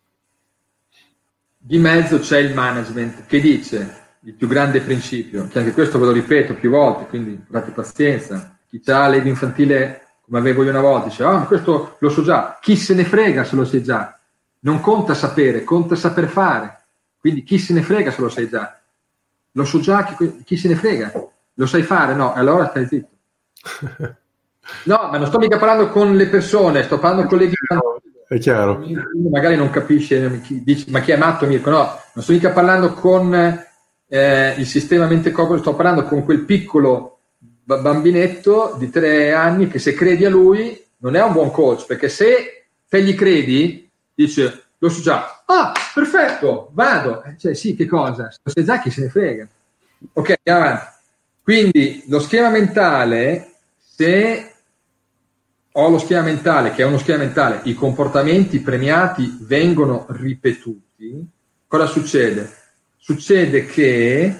Di mezzo c'è il management che dice il più grande principio, che anche questo ve lo ripeto più volte, quindi abbiate pazienza. Chi ha l'ego infantile come avevo io una volta dice ma questo lo so già, chi se ne frega se lo sai già, non conta sapere, conta saper fare, quindi chi se ne frega se lo sai già, lo so già, chi se ne frega, lo sai fare? No, allora stai zitto. No, ma non sto mica parlando con le persone, sto parlando con le è chiaro. Magari non capisce, dice, ma chi è matto Mirko? No, non sto mica parlando con il sistema mente corpo, sto parlando con quel piccolo bambinetto di 3 anni che se credi a lui non è un buon coach, perché se te gli credi dice lo so già, perfetto, vado, cioè sì, che cosa? Lo sai già, chi se ne frega. Ok, andiamo avanti. Quindi lo schema mentale, se ho lo schema mentale, che è uno schema mentale, i comportamenti premiati vengono ripetuti, cosa succede? Succede che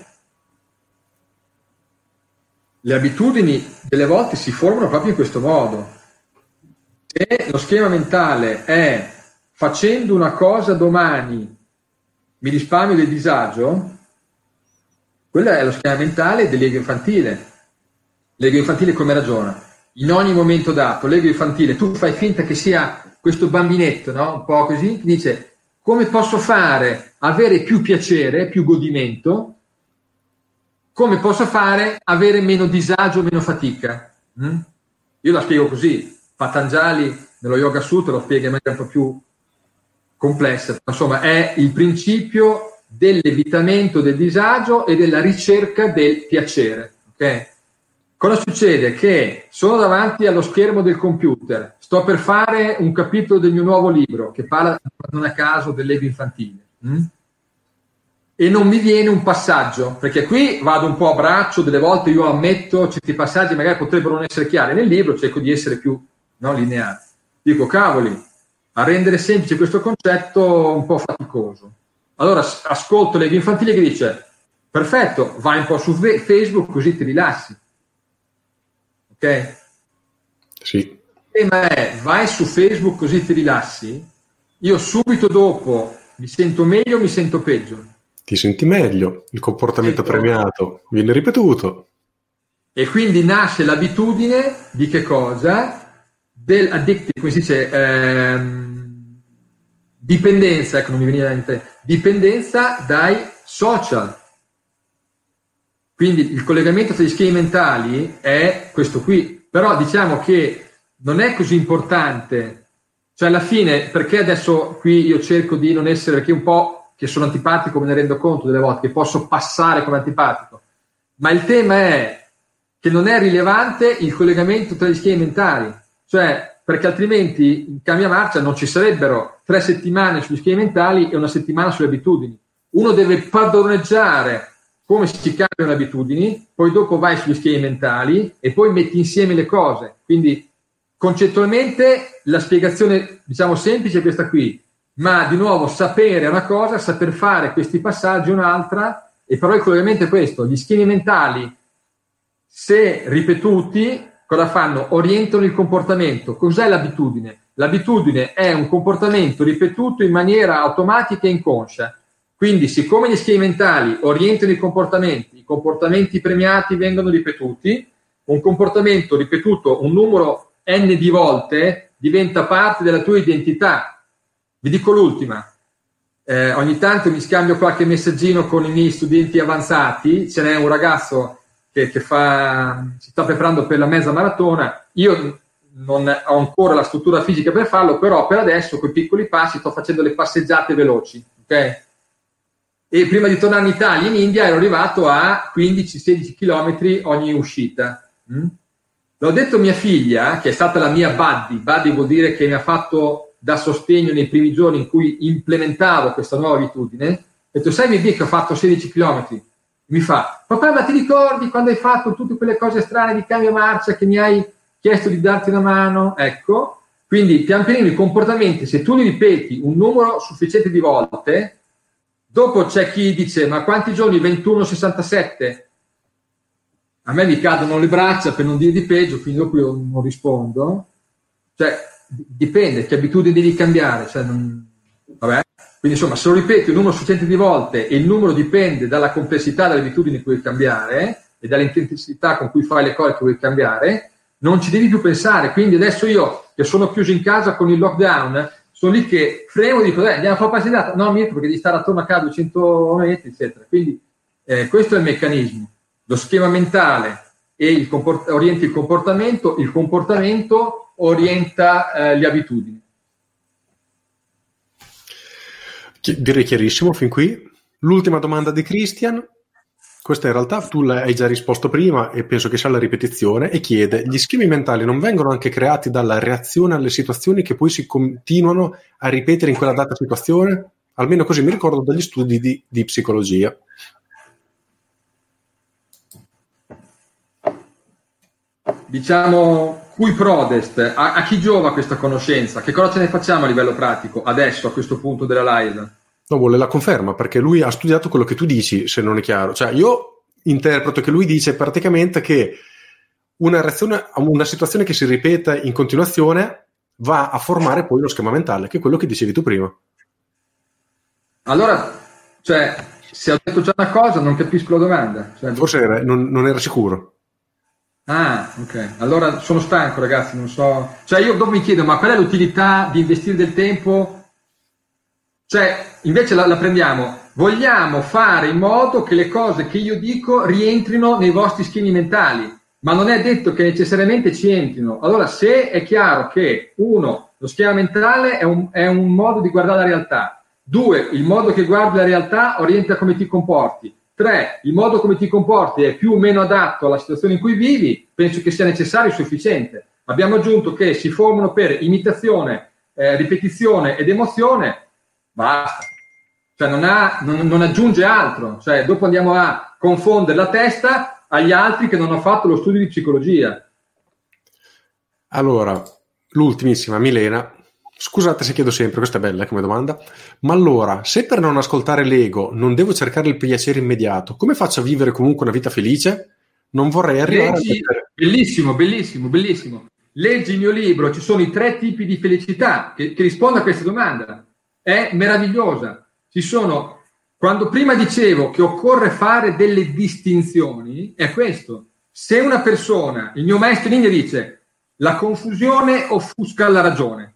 le abitudini delle volte si formano proprio in questo modo. Se lo schema mentale è facendo una cosa domani mi risparmio del disagio, quello è lo schema mentale dell'ego infantile. L'ego infantile come ragiona? In ogni momento dato, l'ego infantile, tu fai finta che sia questo bambinetto, no? Un po' così, che dice come posso fare avere più piacere, più godimento, come posso fare avere meno disagio, meno fatica. Io la spiego così, Patanjali nello Yoga Sutra lo spiega in maniera un po' più complessa, insomma è il principio dell'evitamento del disagio e della ricerca del piacere, ok? Cosa succede? Che sono davanti allo schermo del computer, sto per fare un capitolo del mio nuovo libro che parla, non a caso, dell'ego infantile, e non mi viene un passaggio, perché qui vado un po' a braccio, delle volte io ammetto certi passaggi magari potrebbero non essere chiari, nel libro cerco di essere più lineare. Dico, cavoli, a rendere semplice questo concetto un po' faticoso. Allora ascolto l'ego infantile che dice, perfetto, vai un po' su Facebook così ti rilassi. Ok? Sì. Il tema è, vai su Facebook così ti rilassi, io subito dopo mi sento meglio o mi sento peggio? Ti senti meglio, il comportamento premiato viene ripetuto. E quindi nasce l'abitudine di che cosa? Dell'addictive, come si dice, dipendenza, ecco non mi veniva in mente, dipendenza dai social. Quindi il collegamento tra gli schemi mentali è questo qui, però diciamo che non è così importante, cioè alla fine, perché adesso qui io cerco di non essere, perché un po' che sono antipatico me ne rendo conto delle volte, che posso passare come antipatico, ma il tema è che non è rilevante il collegamento tra gli schemi mentali, cioè perché altrimenti in cambia marcia non ci sarebbero 3 settimane sugli schemi mentali e 1 settimana sulle abitudini. Uno deve padroneggiare come si cambiano le abitudini, poi dopo vai sugli schemi mentali e poi metti insieme le cose. Quindi concettualmente la spiegazione diciamo semplice è questa qui, ma di nuovo sapere una cosa, saper fare questi passaggi un'altra, e però il collegamento è questo: gli schemi mentali, se ripetuti, cosa fanno? Orientano il comportamento. Cos'è l'abitudine? L'abitudine è un comportamento ripetuto in maniera automatica e inconscia. Quindi, siccome gli schemi mentali orientano i comportamenti premiati vengono ripetuti, un comportamento ripetuto un numero n di volte diventa parte della tua identità. Vi dico l'ultima. ogni tanto mi scambio qualche messaggino con i miei studenti avanzati. Ce n'è un ragazzo che si sta preparando per la mezza maratona. Io non ho ancora la struttura fisica per farlo, però per adesso con i piccoli passi sto facendo le passeggiate veloci, ok? E prima di tornare in Italia, in India, ero arrivato a 15-16 km ogni uscita. L'ho detto a mia figlia, che è stata la mia buddy vuol dire che mi ha fatto da sostegno nei primi giorni in cui implementavo questa nuova abitudine. Ho detto, sai che ho fatto 16 km? Mi fa, papà, ma ti ricordi quando hai fatto tutte quelle cose strane di cambio marcia che mi hai chiesto di darti una mano? Ecco, quindi pian pianino i comportamenti, se tu li ripeti un numero sufficiente di volte, dopo c'è chi dice, ma quanti giorni? 21-67? A me mi cadono le braccia per non dire di peggio, quindi dopo io non rispondo. Cioè, dipende, che abitudini devi cambiare. Cioè, vabbè. Quindi insomma, se lo ripeti un numero sufficiente di volte e il numero dipende dalla complessità delle abitudini che vuoi cambiare e dall'intensità con cui fai le cose che vuoi cambiare, non ci devi più pensare. Quindi adesso io, che sono chiuso in casa con il lockdown, sono lì che fremo e dico, andiamo a fare passeggiata. No, Mirko, perché devi stare attorno a casa 200 metri, eccetera. Quindi questo è il meccanismo. Lo schema mentale orienta il comportamento orienta le abitudini. Direi chiarissimo fin qui. L'ultima domanda di Christian, questa in realtà tu l'hai già risposto prima e penso che sia la ripetizione, e chiede: gli schemi mentali non vengono anche creati dalla reazione alle situazioni che poi si continuano a ripetere in quella data situazione? Almeno così mi ricordo dagli studi di psicologia. Diciamo, cui prodest, a chi giova questa conoscenza? Che cosa ce ne facciamo a livello pratico adesso, a questo punto della live? No, vuole la conferma, perché lui ha studiato quello che tu dici, se non è chiaro. Cioè, io interpreto che lui dice praticamente che una reazione a una situazione che si ripete in continuazione va a formare poi lo schema mentale, che è quello che dicevi tu prima. Allora, cioè, se ho detto già una cosa, non capisco la domanda. Cioè, forse non era sicuro. Ah, ok. Allora sono stanco, ragazzi, non so. Cioè, io dopo mi chiedo, ma qual è l'utilità di investire del tempo? Cioè, invece la prendiamo. Vogliamo fare in modo che le cose che io dico rientrino nei vostri schemi mentali, ma non è detto che necessariamente ci entrino. Allora, se è chiaro che, uno, lo schema mentale è un modo di guardare la realtà. 2, il modo che guardi la realtà orienta come ti comporti. 3, il modo come ti comporti è più o meno adatto alla situazione in cui vivi, penso che sia necessario e sufficiente. Abbiamo aggiunto che si formano per imitazione, ripetizione ed emozione, basta. Cioè non aggiunge altro. Cioè, dopo andiamo a confondere la testa agli altri che non hanno fatto lo studio di psicologia. Allora, l'ultimissima, Milena. Scusate se chiedo sempre, questa è bella come domanda, ma allora, se per non ascoltare l'ego non devo cercare il piacere immediato, come faccio a vivere comunque una vita felice? Non vorrei arrivare Bellissimo. Leggi il mio libro, ci sono i 3 tipi di felicità che risponde a questa domanda. È meravigliosa. Quando prima dicevo che occorre fare delle distinzioni, è questo. Se una persona, il mio maestro in India dice, la confusione offusca la ragione.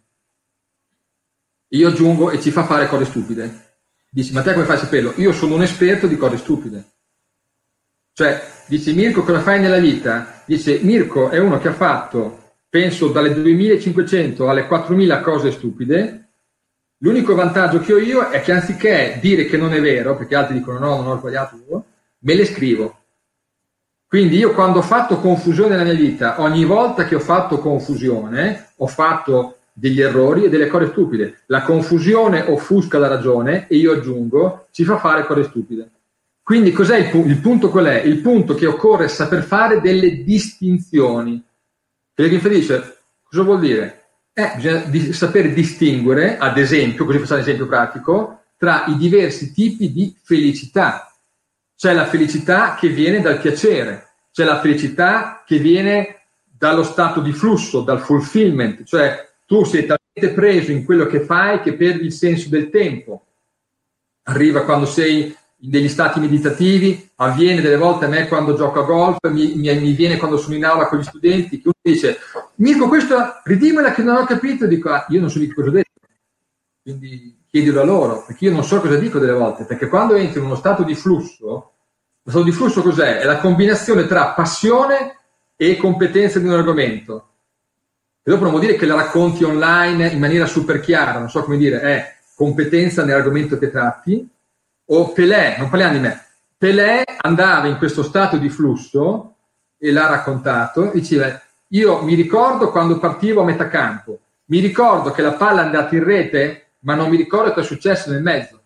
Io aggiungo e ci fa fare cose stupide. Dici, ma te come fai a saperlo? Io sono un esperto di cose stupide. Cioè, dici, Mirko cosa fai nella vita? Dice, Mirko è uno che ha fatto, penso, dalle 2500 alle 4000 cose stupide. L'unico vantaggio che ho io è che anziché dire che non è vero, perché altri dicono no, non ho sbagliato, me le scrivo. Quindi io quando ho fatto confusione nella mia vita, ogni volta che ho fatto confusione, ho fatto degli errori e delle cose stupide. La confusione offusca la ragione e io aggiungo, ci fa fare cose stupide. Quindi cos'è il punto? Qual è? Il punto che occorre saper fare delle distinzioni. Pellegrini dice, cosa vuol dire? Bisogna saper distinguere, ad esempio, così facciamo un esempio pratico, tra i diversi tipi di felicità. C'è la felicità che viene dal piacere, c'è la felicità che viene dallo stato di flusso, dal fulfillment, cioè tu sei talmente preso in quello che fai che perdi il senso del tempo. Arriva quando sei in degli stati meditativi, avviene delle volte a me quando gioco a golf, mi viene quando sono in aula con gli studenti, che uno dice, Mirko, questa ridimela che non ho capito, dico, io non so di cosa ho detto. Quindi chiedilo a loro, perché io non so cosa dico delle volte, perché quando entri in uno stato di flusso, lo stato di flusso cos'è? È la combinazione tra passione e competenza di un argomento. E dopo non vuol dire che la racconti online in maniera super chiara, non so come dire, è competenza nell'argomento che tratti, o Pelé, non parliamo di me, Pelé andava in questo stato di flusso e l'ha raccontato, diceva, io mi ricordo quando partivo a metà campo, mi ricordo che la palla è andata in rete, ma non mi ricordo cosa è successo nel mezzo.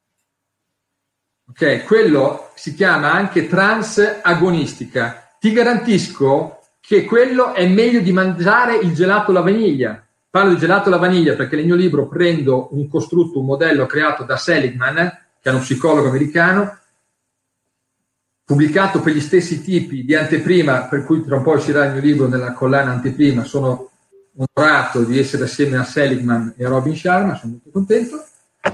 Ok, quello si chiama anche trance agonistica. Ti garantisco che quello è meglio di mangiare il gelato alla vaniglia. Parlo di gelato alla vaniglia perché nel mio libro prendo un costrutto, un modello creato da Seligman, che è uno psicologo americano, pubblicato per gli stessi tipi di anteprima, per cui tra un po' uscirà il mio libro nella collana anteprima. Sono onorato di essere assieme a Seligman e a Robin Sharma, sono molto contento,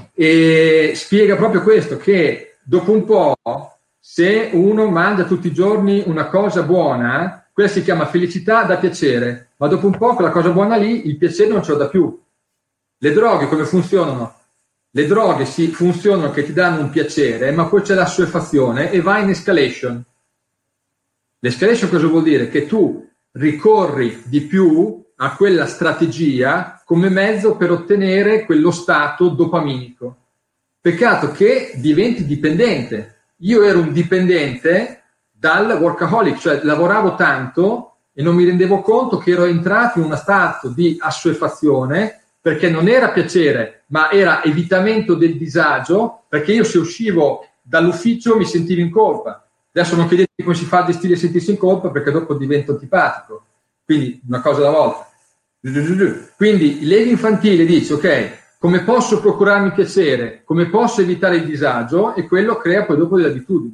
e spiega proprio questo, che dopo un po', se uno mangia tutti i giorni una cosa buona, quella si chiama felicità da piacere, ma dopo un po' quella cosa buona lì, il piacere non ce lo dà più. Le droghe come funzionano? Le droghe funzionano che ti danno un piacere, ma poi c'è l'assuefazione e va in escalation. L'escalation cosa vuol dire? Che tu ricorri di più a quella strategia come mezzo per ottenere quello stato dopaminico. Peccato che diventi dipendente. Io ero un dipendente dal workaholic, cioè lavoravo tanto e non mi rendevo conto che ero entrato in uno stato di assuefazione, perché non era piacere, ma era evitamento del disagio, perché io se uscivo dall'ufficio mi sentivo in colpa. Adesso non chiedete come si fa a gestire e sentirsi in colpa, perché dopo divento antipatico. Quindi una cosa alla volta. Quindi l'ego infantile dice, ok, come posso procurarmi piacere, come posso evitare il disagio, e quello crea poi dopo delle abitudini.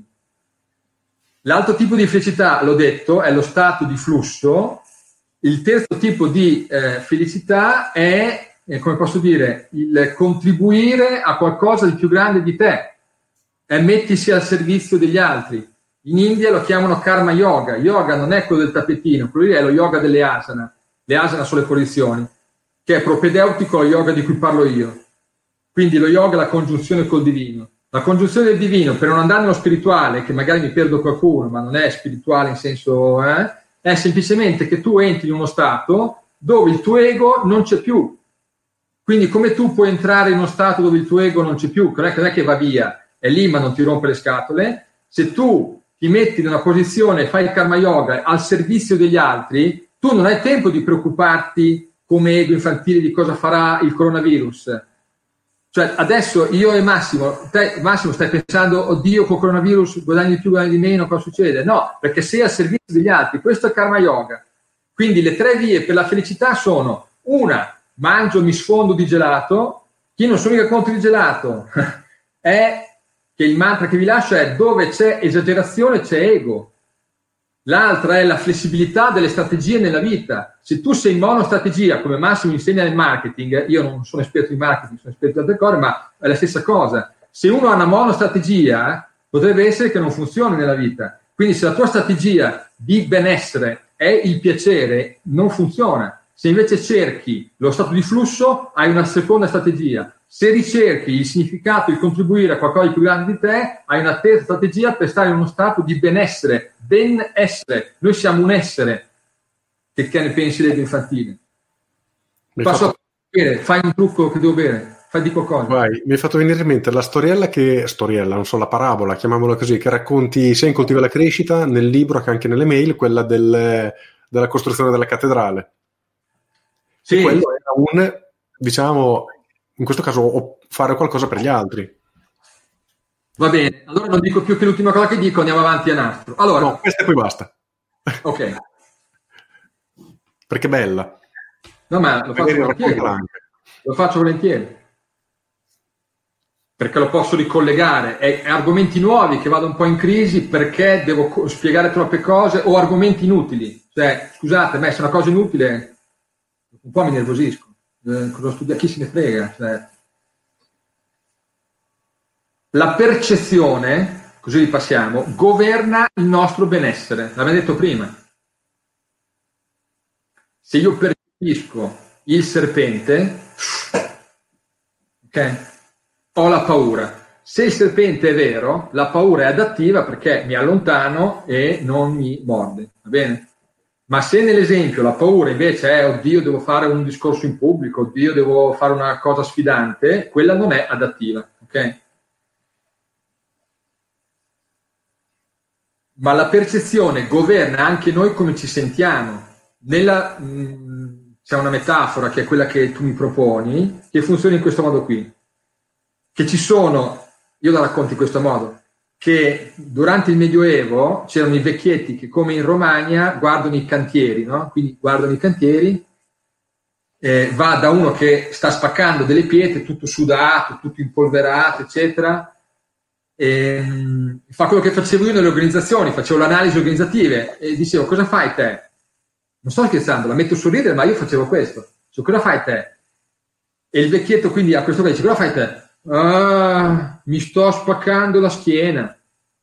L'altro tipo di felicità, l'ho detto, è lo stato di flusso. Il terzo tipo di felicità è, come posso dire, il contribuire a qualcosa di più grande di te, è mettersi al servizio degli altri. In India lo chiamano karma yoga. Yoga non è quello del tappetino, quello lì è lo yoga delle asana. Le asana sono le posizioni, che è propedeutico al yoga di cui parlo io. Quindi lo yoga è la congiunzione col divino. La congiunzione del divino, per non andare nello spirituale, che magari mi perdo qualcuno, ma non è spirituale in senso... è semplicemente che tu entri in uno stato dove il tuo ego non c'è più. Quindi come tu puoi entrare in uno stato dove il tuo ego non c'è più, non è che va via, è lì ma non ti rompe le scatole. Se tu ti metti in una posizione, fai il karma yoga al servizio degli altri, tu non hai tempo di preoccuparti come ego infantile di cosa farà il coronavirus. Cioè adesso io e Massimo stai pensando, oddio col coronavirus guadagni di più, guadagni di meno, cosa succede? No, perché sei al servizio degli altri, questo è karma yoga. Quindi le 3 vie per la felicità sono: una, mangio, mi sfondo di gelato. Chi non sono mica contro il gelato è che il mantra che vi lascio è: dove c'è esagerazione c'è ego. L'altra è la flessibilità delle strategie nella vita. Se tu sei in monostrategia, come Massimo insegna nel marketing, io non sono esperto di marketing, sono esperto di altre cose, ma è la stessa cosa. Se uno ha una monostrategia, potrebbe essere che non funzioni nella vita. Quindi se la tua strategia di benessere è il piacere, non funziona. Se invece cerchi lo stato di flusso, hai una seconda strategia. Se ricerchi il significato di contribuire a qualcosa di più grande di te, hai una terza strategia per stare in uno stato di benessere. Benessere. Noi siamo un essere. Che ne pensi l'ego infantile? Passo a bere, fai un trucco che devo bere, fai di qualcosa. Vai, mi hai fatto venire in mente la storiella, non so, la parabola, chiamiamola così, che racconti sia in Coltiva la crescita, nel libro che anche nelle mail, quella della costruzione della cattedrale. Sì. E quello era un, diciamo, in questo caso fare qualcosa per gli altri. Va bene, allora non dico più che l'ultima cosa che dico, andiamo avanti a nastro. Allora, no, questa e poi basta. Ok. Perché è bella. No, ma lo faccio volentieri. Lo faccio volentieri. Perché lo posso ricollegare. È argomenti nuovi che vado un po' in crisi perché devo spiegare troppe cose, o argomenti inutili. Cioè, scusate, se è una cosa inutile, un po' mi nervosisco. Cosa studia? Chi se ne frega? Cioè, la percezione, così ripassiamo, governa il nostro benessere. L'abbiamo detto prima. Se io percepisco il serpente, ok? ho la paura. Se il serpente è vero, la paura è adattiva perché mi allontano e non mi morde, va bene? Ma se nell'esempio la paura invece è oddio devo fare un discorso in pubblico, oddio devo fare una cosa sfidante, quella non è adattiva, ok? Ma la percezione governa anche noi come ci sentiamo. C'è una metafora che è quella che tu mi proponi, che funziona in questo modo qui. Che ci sono, io la racconto in questo modo, che durante il Medioevo c'erano i vecchietti che come in Romagna guardano i cantieri, no? Quindi guardano i cantieri, va da uno che sta spaccando delle pietre, tutto sudato, tutto impolverato, eccetera, fa quello che facevo io nelle organizzazioni, facevo le analisi organizzative e dicevo cosa fai te? Non sto scherzando, la metto a sorridere, ma io facevo questo. Dicevo, cosa fai te? E il vecchietto quindi a questo punto dice cosa fai te? Ah, mi sto spaccando la schiena.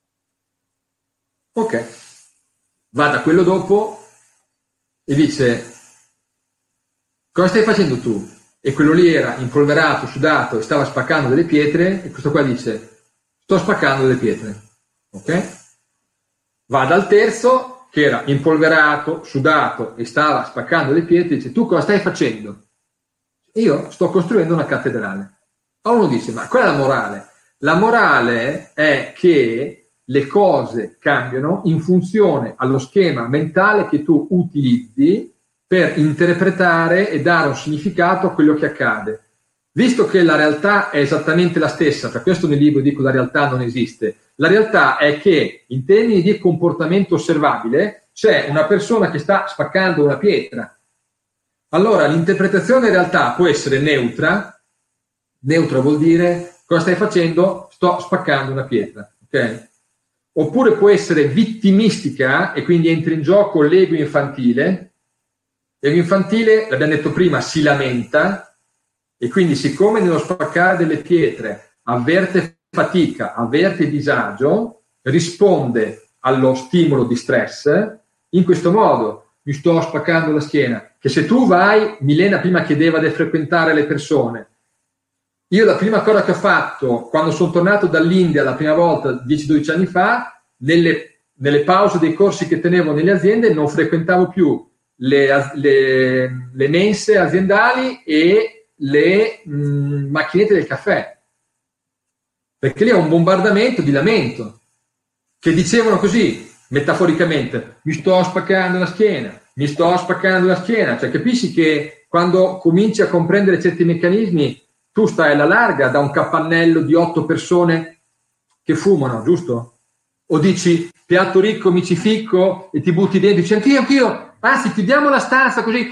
Ok, va da quello dopo e dice cosa stai facendo tu? E quello lì era impolverato, sudato e stava spaccando delle pietre e questo qua dice sto spaccando delle pietre. Ok? Va dal terzo che era impolverato, sudato e stava spaccando le pietre e dice tu cosa stai facendo? Io sto costruendo una cattedrale. Uno dice ma qual è la morale? La morale è che le cose cambiano in funzione allo schema mentale che tu utilizzi per interpretare e dare un significato a quello che accade. Visto che la realtà è esattamente la stessa, per questo nel libro dico la realtà non esiste, la realtà è che in termini di comportamento osservabile c'è una persona che sta spaccando una pietra. Allora l'interpretazione in realtà può essere neutra vuol dire cosa stai facendo? Sto spaccando una pietra, ok? Oppure può essere vittimistica e quindi entra in gioco l'ego infantile. L'ego infantile, l'abbiamo detto prima, si lamenta e quindi siccome nello spaccare delle pietre avverte fatica, avverte disagio, risponde allo stimolo di stress in questo modo. Mi sto spaccando la schiena. Che se tu vai, Milena prima chiedeva di frequentare le persone. Io la prima cosa che ho fatto quando sono tornato dall'India la prima volta 10-12 anni fa, nelle pause dei corsi che tenevo nelle aziende non frequentavo più le mense aziendali e le macchinette del caffè, perché lì è un bombardamento di lamento che dicevano così metaforicamente mi sto spaccando la schiena, cioè capisci che quando cominci a comprendere certi meccanismi tu stai alla larga da un capannello di 8 persone che fumano, giusto? O dici piatto ricco, mi ci ficco e ti butti dentro, dici anch'io, anzi chiudiamo la stanza così,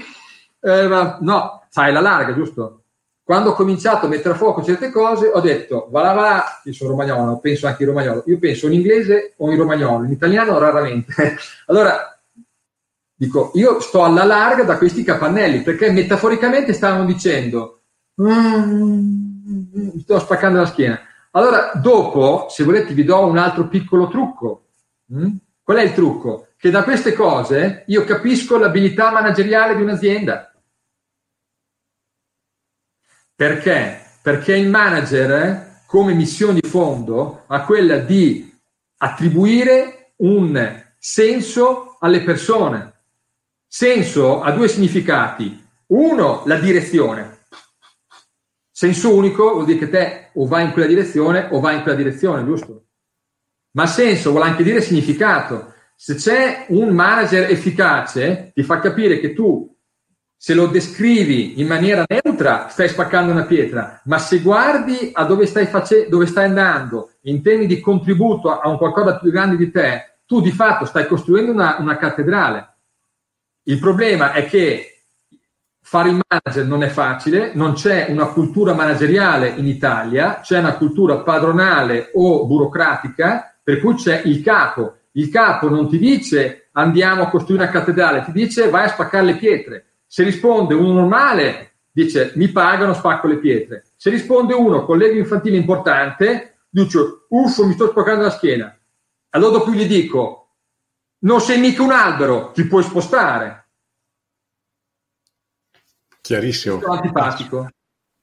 no, stai alla larga, giusto? Quando ho cominciato a mettere a fuoco certe cose ho detto va là, io sono romagnolo, penso anche in romagnolo, io penso in inglese o in romagnolo, in italiano raramente. Allora dico io sto alla larga da questi capannelli perché metaforicamente stavano dicendo mi sto spaccando la schiena. Allora dopo se volete vi do un altro piccolo trucco. Qual è il trucco? Che da queste cose io capisco l'abilità manageriale di un'azienda. Perché? Perché il manager come missione di fondo ha quella di attribuire un senso alle persone. Senso ha due significati. Uno, la direzione. Senso unico vuol dire che te o vai in quella direzione o vai in quella direzione, giusto? Ma senso vuole anche dire significato. Se c'è un manager efficace, ti fa capire che tu, se lo descrivi in maniera neutra, stai spaccando una pietra, ma se guardi a dove stai andando, in termini di contributo a un qualcosa più grande di te, tu di fatto stai costruendo una cattedrale. Il problema è che fare il manager non è facile, non c'è una cultura manageriale in Italia, c'è una cultura padronale o burocratica, per cui c'è il capo. Il capo non ti dice andiamo a costruire una cattedrale, ti dice vai a spaccare le pietre. Se risponde uno normale, dice mi pagano, spacco le pietre. Se risponde uno con l'ego infantile importante, dice uffo, mi sto spaccando la schiena. Allora dopo gli dico non sei mica un albero, ti puoi spostare. Chiarissimo. Antipatico.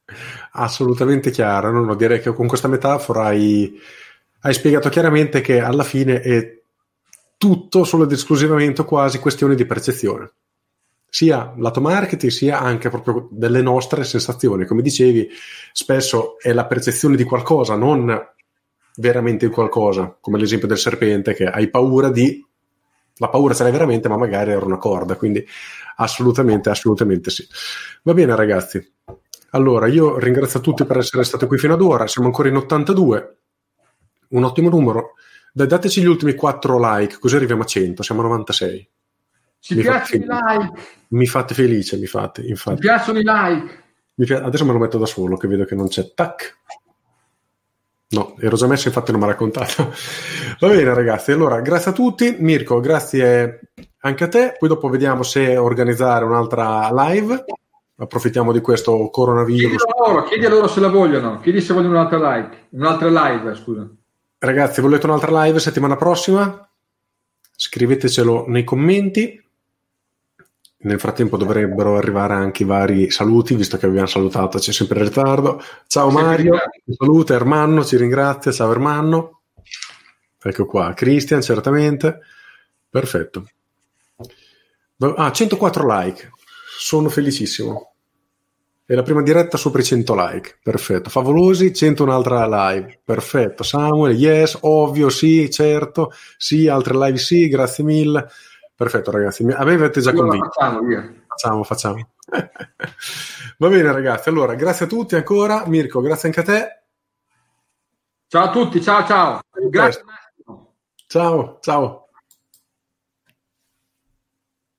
Assolutamente chiaro. No, direi che con questa metafora hai spiegato chiaramente che alla fine è tutto solo ed esclusivamente quasi questione di percezione, sia lato marketing sia anche proprio delle nostre sensazioni. Come dicevi, spesso è la percezione di qualcosa, non veramente di qualcosa, come l'esempio del serpente, che hai paura di... La paura ce l'hai veramente, ma magari era una corda, quindi assolutamente sì. Va bene ragazzi, allora io ringrazio tutti per essere stati qui fino ad ora, siamo ancora in 82, un ottimo numero. Dateci gli ultimi 4 like, così arriviamo a 100, siamo a 96. Ci piacciono i like. Mi fate felice, infatti. Mi piacciono i like. Adesso me lo metto da solo, che vedo che non c'è. Tac. No, ero già messo, infatti non mi ha raccontato. Va bene ragazzi, allora grazie a tutti. Mirko, grazie anche a te. Poi dopo vediamo se organizzare un'altra live. Approfittiamo di questo coronavirus. Chiedi a loro se la vogliono. Chiedi se vogliono un'altra live, scusa. Ragazzi, volete un'altra live settimana prossima? Scrivetecelo nei commenti. Nel frattempo dovrebbero arrivare anche i vari saluti, visto che abbiamo salutato, c'è sempre in ritardo. Ciao Mario, saluta Ermanno, ci ringrazia, ciao Ermanno. Ecco qua, Christian, certamente. Perfetto. 104 like, sono felicissimo. È la prima diretta sopra i 100 like, perfetto. Favolosi, 100 un'altra live, perfetto. Samuel, yes, ovvio, sì, certo, sì, altre live sì, grazie mille. Perfetto ragazzi, avete già convinto. Facciamo. Va bene ragazzi, allora grazie a tutti ancora. Mirko, grazie anche a te. Ciao a tutti, ciao. Grazie. Ciao.